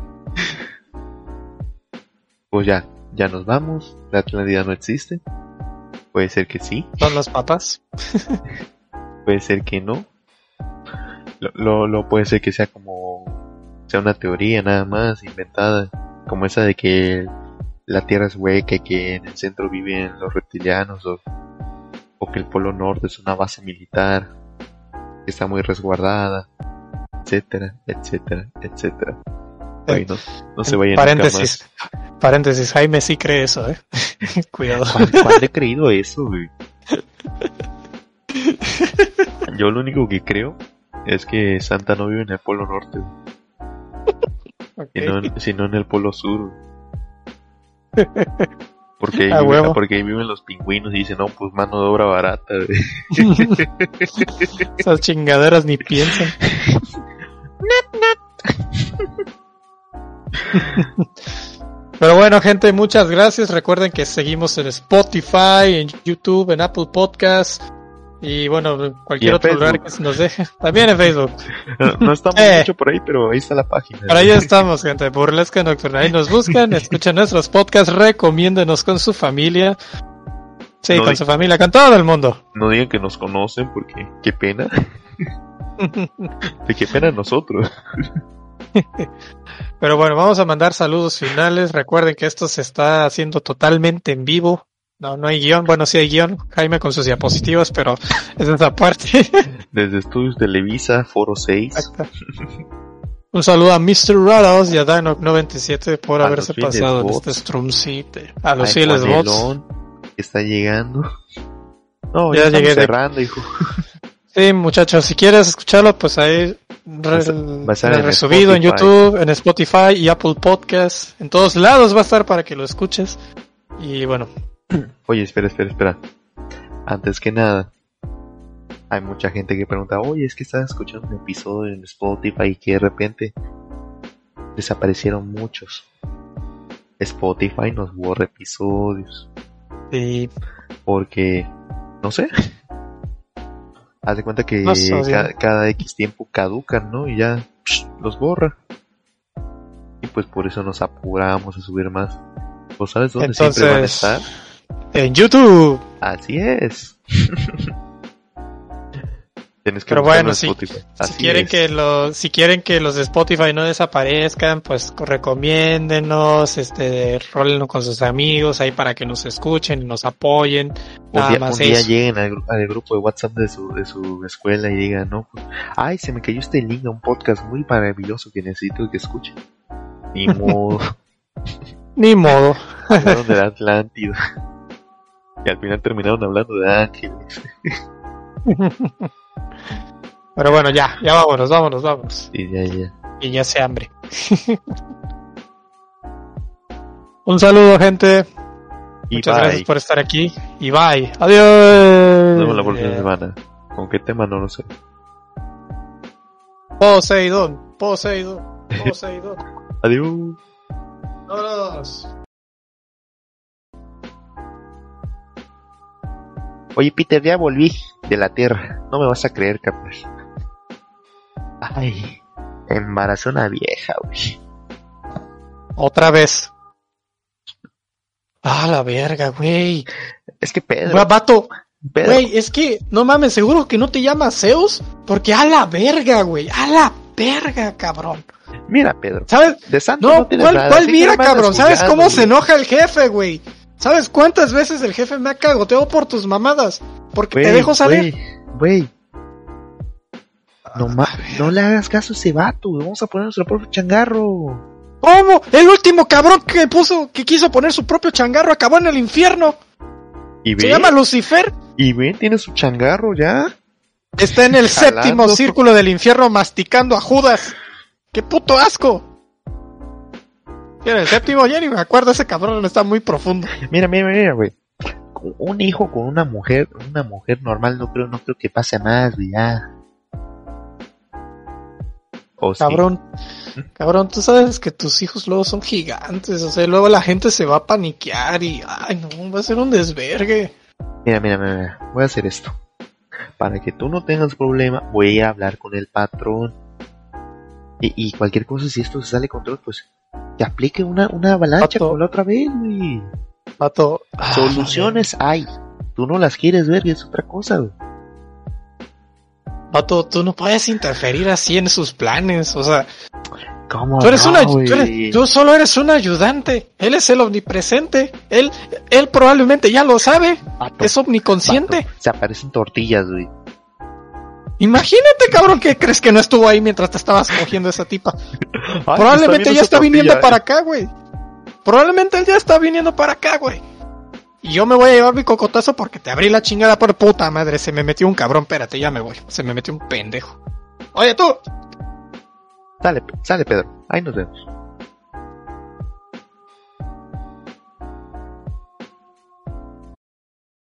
Pues ya, ya nos vamos. La Atlántida no existe. Puede ser que sí. ¿Son los papas? Puede ser que no. Lo, lo, lo puede ser que sea como sea una teoría nada más inventada, como esa de que la Tierra es hueca y que en el centro viven los reptilianos, o, o que el Polo Norte es una base militar que está muy resguardada, etcétera, etcétera, etcétera. Ay, no, no se vayan paréntesis, a más. Paréntesis, Jaime sí cree eso, eh. Cuidado. ¿Cuándo he creído eso, güey? Yo lo único que creo es que Santa no vive en el Polo Norte, okay. sino, sino en el Polo Sur. Porque ahí, vive, porque ahí viven los pingüinos y dicen, no, pues mano de obra barata. Esas chingaderas ni piensan. Pero bueno, gente, muchas gracias. Recuerden que seguimos en Spotify, en YouTube, en Apple Podcasts. Y bueno, cualquier otro Facebook. Lugar que se nos deje. También en Facebook. No, no estamos eh. mucho por ahí, pero ahí está la página. Por ahí estamos, gente. Burlesca Nocturna. Ahí nos buscan, escuchan nuestros podcasts, recomiéndenos con su familia. Sí, no con di- su familia, con todo el mundo. No digan que nos conocen porque qué pena. De qué pena nosotros. Pero bueno, vamos a mandar saludos finales. Recuerden que esto se está haciendo totalmente en vivo. No, no hay guión. Bueno, sí hay guión. Jaime con sus diapositivas, pero es esa parte. Desde Estudios Televisa, Foro seis. Exacto. Un saludo a mister Rados y a Dino noventa y siete por a haberse pasado en este Strumcite. A los fieles bots. Está llegando. No, ya, ya llegué cerrando, de... hijo. Sí, muchachos, si quieres escucharlo, pues ahí re- va a estar en resubido en YouTube, en Spotify y Apple Podcasts. En todos lados va a estar para que lo escuches. Y bueno. Oye, espera, espera, espera. Antes que nada, hay mucha gente que pregunta, oye, es que estás escuchando un episodio en Spotify y que de repente desaparecieron muchos. Spotify nos borra episodios. Sí. Porque, no sé. Haz de cuenta que no so, ca- cada X tiempo caducan, ¿no? Y ya psh, los borra. Y pues por eso nos apuramos a subir más. ¿Vos sabes dónde Entonces, siempre van a estar? En YouTube. Así es. Tienes que Pero bueno, si, Así si quieren es. que los, si quieren que los de Spotify no desaparezcan, pues recomiéndenos, este, rólenlo con sus amigos ahí para que nos escuchen y nos apoyen. Un Nada día, más un día eso. lleguen al, al grupo de WhatsApp de su, de su escuela y digan, no, pues, ay, se me cayó este link a un podcast muy maravilloso que necesito que escuchen. Ni modo. Ni modo. Hablaron de la Atlántida. Y al final terminaron hablando de ángeles. Pero bueno, ya, ya vámonos, vámonos, vámonos. Sí, ya, ya. Y ya se hambre. Un saludo, gente. Y Muchas bye. gracias por estar aquí. Y bye. Adiós. Nos vemos la próxima semana. ¿Con qué tema? No lo sé. Poseidón, Poseidón, Poseidón. Adiós. Vámonos. Oye, Peter, ya volví de la Tierra. No me vas a creer, carnal. Ay, embarazó una vieja, güey. Otra vez. Ah, la verga, güey. Es que Pedro. Vato. Güey, es que, no mames, seguro que no te llamas Zeus. Porque a la verga, güey. A la verga, cabrón. Mira, Pedro. ¿Sabes? De santo no, no tienes ¿cuál, nada. ¿cuál Sí, mira, cabrón? ¿Sabes jugando, cómo güey. se enoja el jefe, güey? ¿Sabes cuántas veces el jefe me ha cagoteado por tus mamadas? Porque Wey, te dejo salir. Güey, No, ma- no le hagas caso a ese vato, güey. Vamos a poner nuestro propio changarro. ¿Cómo? El último cabrón que puso, que quiso poner su propio changarro acabó en el infierno. ¿Y ve? Se llama Lucifer. ¿Y ve? Tiene su changarro ya. Está en el Jalando. séptimo círculo del infierno masticando a Judas. ¡Qué puto asco! Y en el séptimo ya ni me acuerdo, ese cabrón está muy profundo. Mira, mira, mira, güey. Un hijo con una mujer, una mujer normal, no creo, no creo que pase más, güey, ya. ¿O sí? Cabrón, cabrón, tú sabes que tus hijos luego son gigantes, o sea, luego la gente se va a paniquear y, ay no, va a ser un desvergue. Mira, mira, mira, mira, voy a hacer esto. Para que tú no tengas problema, voy a hablar con el patrón. Y, y cualquier cosa, si esto se sale de control, pues que aplique una, una avalancha Pato. como la otra vez, güey. Pato, ah, Soluciones hay. Tú no las quieres ver y es otra cosa, güey. Pato, tú no puedes interferir así en sus planes, o sea, ¿Cómo tú eres no, una, güey? tú, eres- tú solo eres un ayudante, él es el omnipresente, él, él probablemente ya lo sabe, Pato, es omniconsciente. pato, se aparecen tortillas, güey. Imagínate, cabrón, que crees que no estuvo ahí mientras te estabas cogiendo esa tipa. Ay, Probablemente ya esa está viniendo tortilla. para acá, güey. Probablemente él ya está viniendo para acá, güey. Y yo me voy a llevar mi cocotazo porque te abrí la chingada por puta madre. Se me metió un cabrón, espérate, ya me voy. Se me metió un pendejo. Oye, tú. Sale, sale, Pedro. Ahí nos vemos.